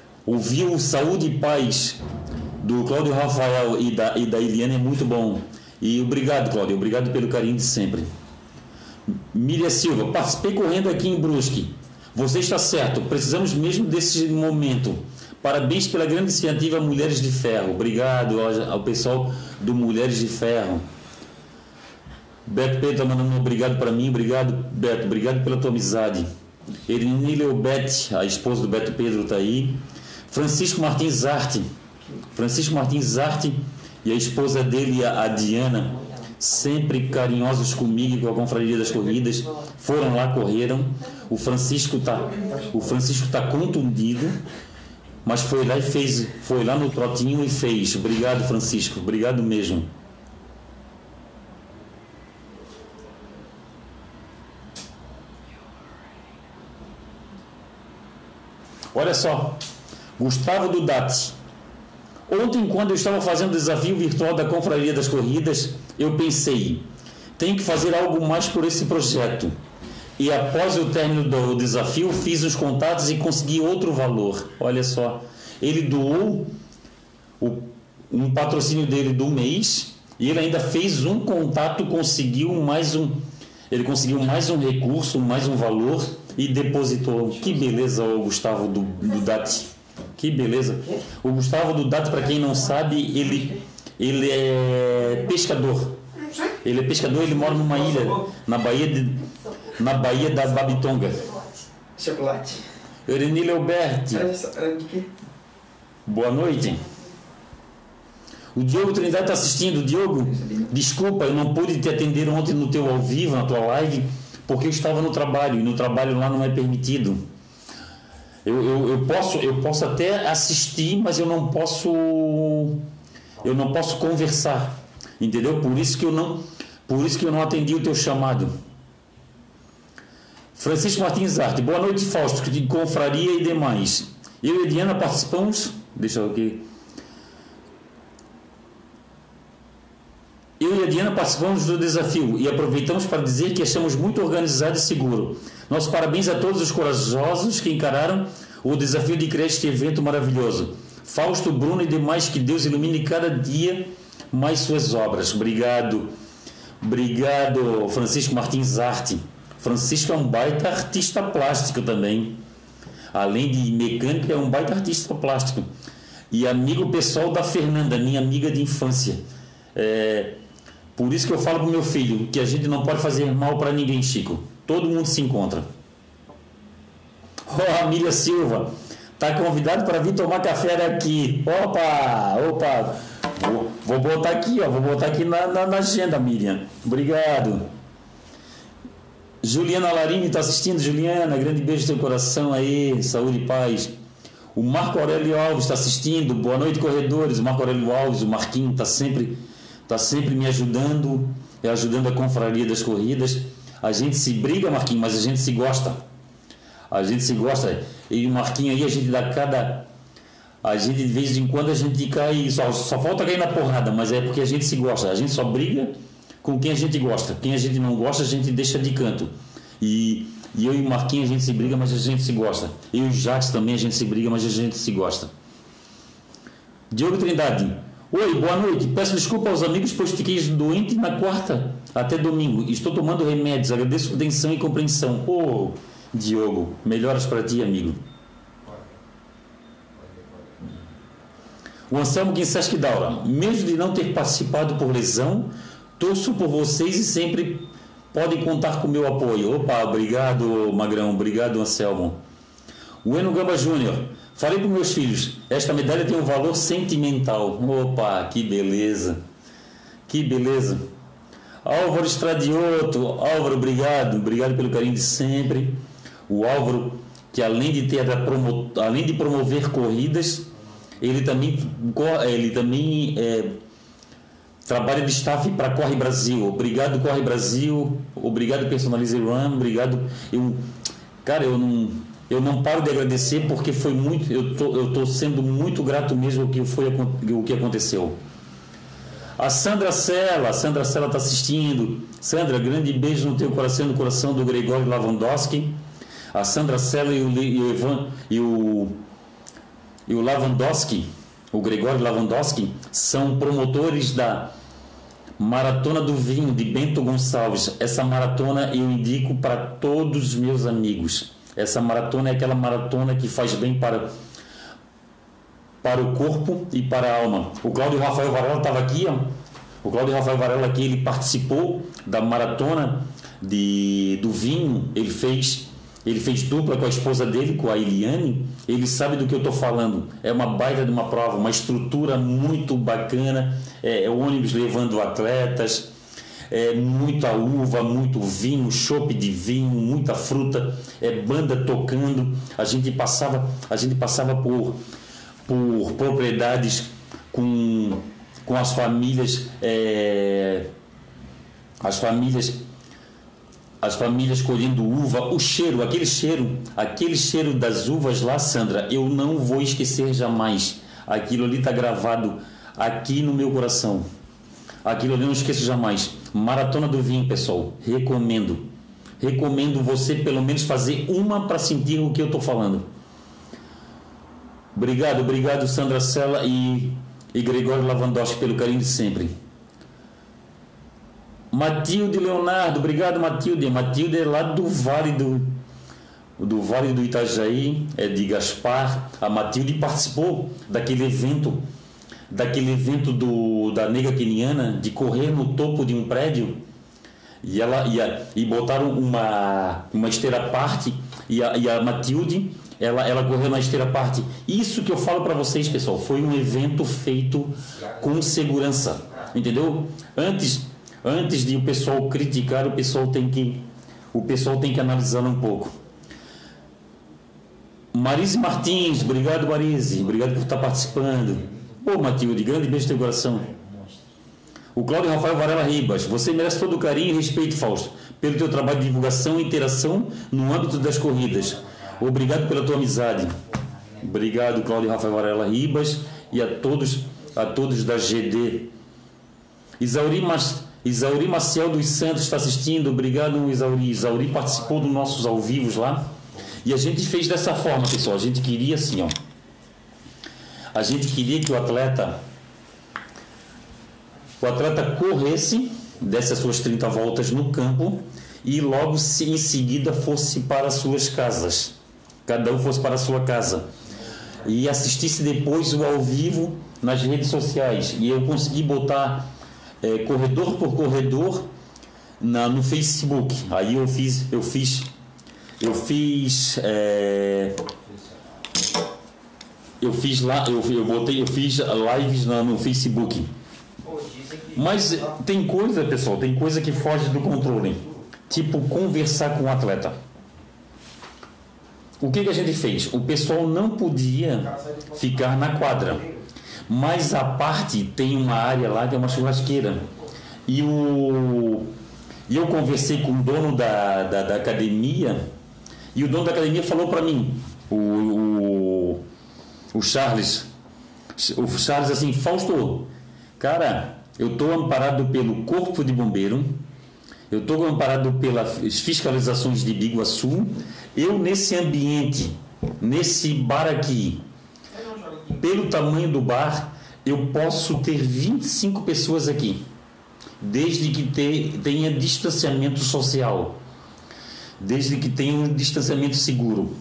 Ouvir o Saúde e Paz do Cláudio Rafael e da Eliane é muito bom. E obrigado, Cláudio, obrigado pelo carinho de sempre. Miriam Silva, participei correndo aqui em Brusque. Você está certo, precisamos mesmo desse momento. Parabéns pela grande iniciativa Mulheres de Ferro. Obrigado ao pessoal do Mulheres de Ferro. Beto Pedro está mandando um obrigado para mim. Obrigado, Beto. Obrigado pela tua amizade. Erini Leobete, a esposa do Beto Pedro, está aí. Francisco Martins Arte. Francisco Martins Arte e a esposa dele, a Diana, sempre carinhosos comigo e com a Confraria das Corridas. Foram lá, correram. O Francisco tá contundido, mas foi lá e fez, foi lá no trotinho e fez. Obrigado, Francisco, obrigado mesmo. Olha só, Gustavo Dudati. Ontem, quando eu estava fazendo o desafio virtual da Confraria das Corridas, eu pensei, tenho que fazer algo mais por esse projeto. E após o término do desafio, fiz os contatos e consegui outro valor. Olha só, ele doou um patrocínio dele do mês e ele ainda fez um contato, conseguiu mais um recurso, mais um valor e depositou. Que beleza, o Gustavo Dudati. Que beleza. O Gustavo Dudati, para quem não sabe, ele é pescador. Ele é pescador, ele mora numa ilha, na Baía da Babitonga. Chocolate. Erini Leoberti. Boa noite. O Diogo Trindade está assistindo. Diogo, desculpa, eu não pude te atender ontem no teu ao vivo, na tua live, porque eu estava no trabalho, e no trabalho lá não é permitido. Eu posso até assistir, mas eu não posso conversar, entendeu? Por isso que eu não atendi o teu chamado. Francisco Martins Arte, boa noite, Fausto, de Confraria e demais. Eu e a Diana participamos, deixa eu aqui. Eu e a Diana participamos do desafio e aproveitamos para dizer que achamos muito organizado e seguro. Nossos parabéns a todos os corajosos que encararam o desafio de criar este evento maravilhoso. Fausto, Bruno e demais, que Deus ilumine cada dia mais suas obras. Obrigado. Obrigado, Francisco Martins Arte. Francisco é um baita artista plástico também. Além de mecânico, é um baita artista plástico. E amigo pessoal da Fernanda, minha amiga de infância. Por isso que eu falo para o meu filho que a gente não pode fazer mal para ninguém, Chico. Todo mundo se encontra. Oh, Amília Silva, está convidado para vir tomar café aqui. Opa. Vou botar aqui, ó. Vou botar aqui na agenda, Miriam. Obrigado. Juliana Larini está assistindo. Juliana, grande beijo no teu coração aí. Saúde e paz. O Marco Aurélio Alves está assistindo. Boa noite, corredores. O Marco Aurélio Alves, o Marquinho, está sempre me ajudando, ajudando a Confraria das Corridas. A gente se briga, Marquinho, mas a gente se gosta. A gente se gosta. E o Marquinho aí, a gente de vez em quando a gente cai, só falta cair na porrada, mas é porque a gente se gosta. A gente só briga com quem a gente gosta. Quem a gente não gosta, a gente deixa de canto. E eu e o Marquinho, a gente se briga, mas a gente se gosta. Eu e o Jacques também, a gente se briga, mas a gente se gosta. Diogo Trindade. Oi, boa noite. Peço desculpa aos amigos, pois fiquei doente na quarta até domingo. Estou tomando remédios. Agradeço a atenção e compreensão. Ô, Diogo, melhoras para ti, amigo. O Anselmo Guinsaski Daura. Mesmo de não ter participado por lesão, torço por vocês e sempre podem contar com o meu apoio. Opa, obrigado, Magrão. Obrigado, Anselmo. O Eno Gamba Júnior. Falei para os meus filhos, esta medalha tem um valor sentimental. Opa, que beleza. Que beleza. Álvaro Estradioto. Álvaro, obrigado. Obrigado pelo carinho de sempre. O Álvaro, que além de promover corridas, ele também trabalha de staff para Corre Brasil. Obrigado, Corre Brasil. Obrigado, Personalize Run. Obrigado. Eu não paro de agradecer porque foi muito. Eu tô sendo muito grato mesmo o que aconteceu. A Sandra Sela está assistindo. Sandra, grande beijo no teu coração, no coração do Gregório Lavandowski. A Sandra Sela e o Lavandowski, o Gregório Lavandowski, são promotores da Maratona do Vinho, de Bento Gonçalves. Essa maratona eu indico para todos os meus amigos. Essa maratona é aquela maratona que faz bem para o corpo e para a alma. O Cláudio Rafael Varela estava aqui, ó. O Cláudio Rafael Varela aqui, ele participou da maratona do vinho. Ele fez dupla com a esposa dele, com a Eliane. Ele sabe do que eu estou falando. É uma baita de uma prova, uma estrutura muito bacana. Ônibus levando atletas, muita uva, muito vinho, chopp de vinho, muita fruta, banda tocando. A gente passava por propriedades com as famílias, as famílias colhendo uva, aquele cheiro das uvas lá, Sandra, eu não vou esquecer jamais. Aquilo ali está gravado aqui no meu coração. Aquilo ali eu não esqueço jamais. Maratona do Vinho, pessoal, recomendo você pelo menos fazer uma para sentir o que eu estou falando. Obrigado Sandra Sela e Gregório Lavandowski pelo carinho de sempre. Matilde Leonardo, obrigado Matilde. Matilde é lá do Vale do Itajaí, é de Gaspar. A Matilde participou daquele evento da nega queniana, de correr no topo de um prédio, e botaram uma esteira à parte, e a Matilde ela correu na esteira à parte. Isso que eu falo para vocês, pessoal, foi um evento feito com segurança, entendeu? Antes de o pessoal criticar, o pessoal tem que analisar um pouco. Marise Martins, obrigado Marise, obrigado por estar participando. Ô Matilde, grande beijo no teu coração. O Cláudio Rafael Varela Ribas, você merece todo o carinho e respeito, Fausto, pelo teu trabalho de divulgação e interação no âmbito das corridas. Obrigado pela tua amizade. Obrigado, Cláudio Rafael Varela Ribas, e a todos da GD. Isauri Maciel dos Santos está assistindo. Obrigado, Isauri. Isauri participou dos nossos ao vivos lá. E a gente fez dessa forma, pessoal. A gente queria assim, ó. A gente queria que o atleta corresse, desse as suas 30 voltas no campo e logo em seguida fosse para as suas casas. Cada um fosse para a sua casa. E assistisse depois o ao vivo nas redes sociais. E eu consegui botar corredor por corredor no Facebook. Aí eu fiz lives no Facebook. Mas tem coisa, pessoal, tem coisa que foge do controle. Tipo, conversar com o atleta. O que a gente fez? O pessoal não podia ficar na quadra. Mas a parte tem uma área lá que é uma churrasqueira. E eu conversei com o dono da academia. E o dono da academia falou para mim, o Charles assim, Fausto, cara, eu estou amparado pelo Corpo de Bombeiro, eu estou amparado pelas fiscalizações de Biguaçu, eu nesse ambiente, nesse bar aqui, pelo tamanho do bar, eu posso ter 25 pessoas aqui, desde que tenha distanciamento social, desde que tenha um distanciamento seguro.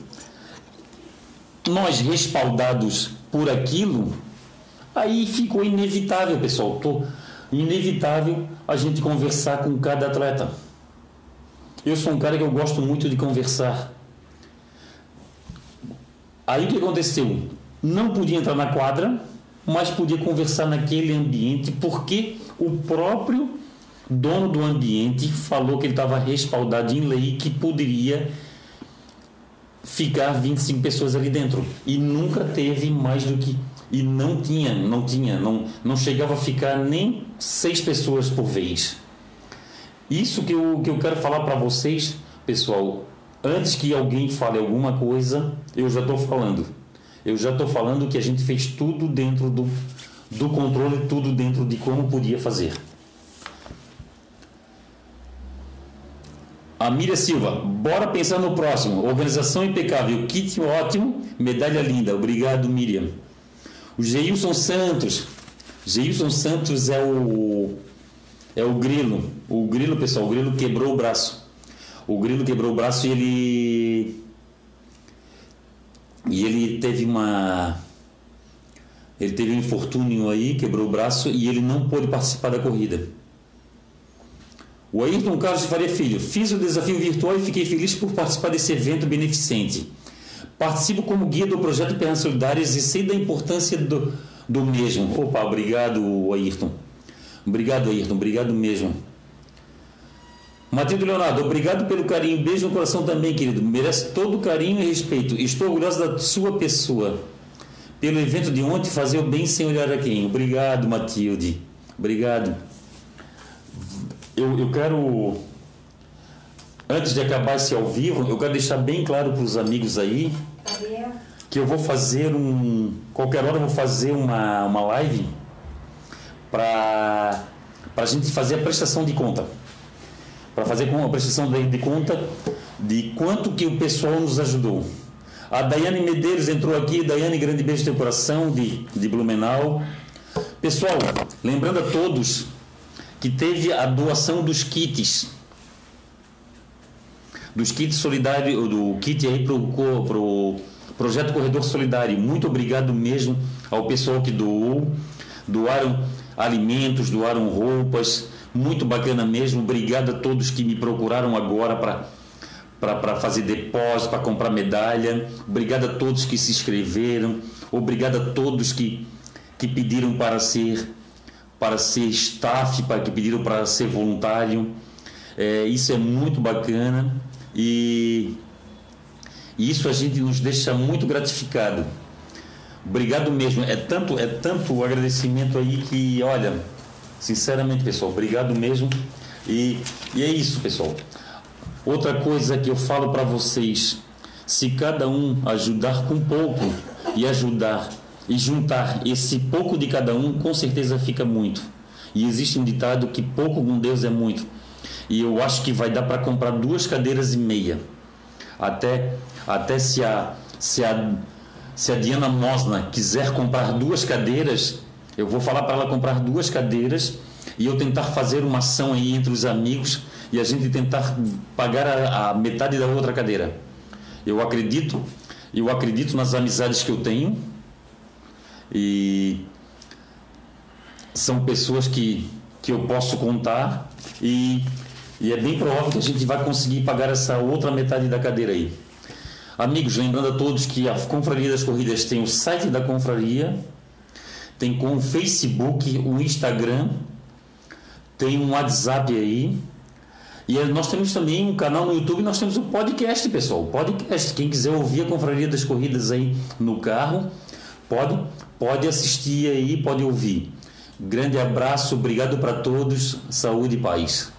Nós respaldados por aquilo, aí ficou inevitável, pessoal, inevitável a gente conversar com cada atleta. Eu sou um cara que eu gosto muito de conversar. Aí o que aconteceu? Não podia entrar na quadra, mas podia conversar naquele ambiente, porque o próprio dono do ambiente falou que ele estava respaldado em lei, que poderia ficar 25 pessoas ali dentro. E nunca teve mais do que... E não chegava a ficar nem 6 pessoas por vez. Isso que eu quero falar para vocês, pessoal. Antes que alguém fale alguma coisa, eu já estou falando. Eu já estou falando que a gente fez tudo dentro do controle, tudo dentro de como podia fazer. A Miriam Silva, bora pensar no próximo. Organização impecável, kit ótimo, medalha linda. Obrigado, Miriam. O Geilson Santos é É o Grilo. O Grilo, pessoal, o Grilo quebrou o braço. O Grilo quebrou o braço e ele teve um infortúnio aí, quebrou o braço e ele não pôde participar da corrida. O Ayrton Carlos de Faria Filho: fiz o desafio virtual e fiquei feliz por participar desse evento beneficente. Participo como guia do projeto Pernas Solidárias e sei da importância do mesmo. Opa, obrigado, Ayrton. Obrigado, Ayrton, obrigado mesmo. Matilde Leonardo: obrigado pelo carinho, beijo no coração também, querido. Merece todo o carinho e respeito. Estou orgulhosa da sua pessoa. Pelo evento de ontem, fazer o bem sem olhar a quem. Obrigado, Matilde. Obrigado. Eu quero, antes de acabar esse ao vivo, eu quero deixar bem claro para os amigos aí que eu vou fazer qualquer hora eu vou fazer uma live para a gente fazer a prestação de conta. Para fazer a prestação de conta de quanto que o pessoal nos ajudou. A Daiane Medeiros entrou aqui. Daiane, grande beijo no teu coração, de Blumenau. Pessoal, lembrando a todos que teve a doação dos kits solidários, do kit aí pro projeto Corredor Solidário. Muito obrigado mesmo ao pessoal que doaram alimentos, doaram roupas, muito bacana mesmo. Obrigado a todos que me procuraram agora para fazer depósito, para comprar medalha. Obrigado a todos que se inscreveram, obrigado a todos que pediram para ser staff, que pediram para ser voluntário. Isso é muito bacana e isso a gente nos deixa muito gratificado. Obrigado mesmo. É tanto o agradecimento aí que, olha, sinceramente, pessoal, obrigado mesmo. E é isso, pessoal. Outra coisa que eu falo para vocês: se cada um ajudar com pouco e juntar esse pouco de cada um, com certeza fica muito. E existe um ditado que pouco com Deus é muito. E eu acho que vai dar para comprar 2 cadeiras e meia. Até se a Diana Mosna quiser comprar 2 cadeiras, eu vou falar para ela comprar 2 cadeiras e eu tentar fazer uma ação aí entre os amigos e a gente tentar pagar a metade da outra cadeira. Eu acredito nas amizades que eu tenho. E são pessoas que eu posso contar e é bem provável que a gente vai conseguir pagar essa outra metade da cadeira aí. Amigos, lembrando a todos que a Confraria das Corridas tem o site da confraria, tem com o Facebook, o Instagram, tem um WhatsApp aí, e nós temos também um canal no YouTube. Nós temos o podcast, pessoal, podcast. Quem quiser ouvir a Confraria das Corridas aí no carro, pode assistir aí, pode ouvir. Grande abraço, obrigado para todos, saúde e paz.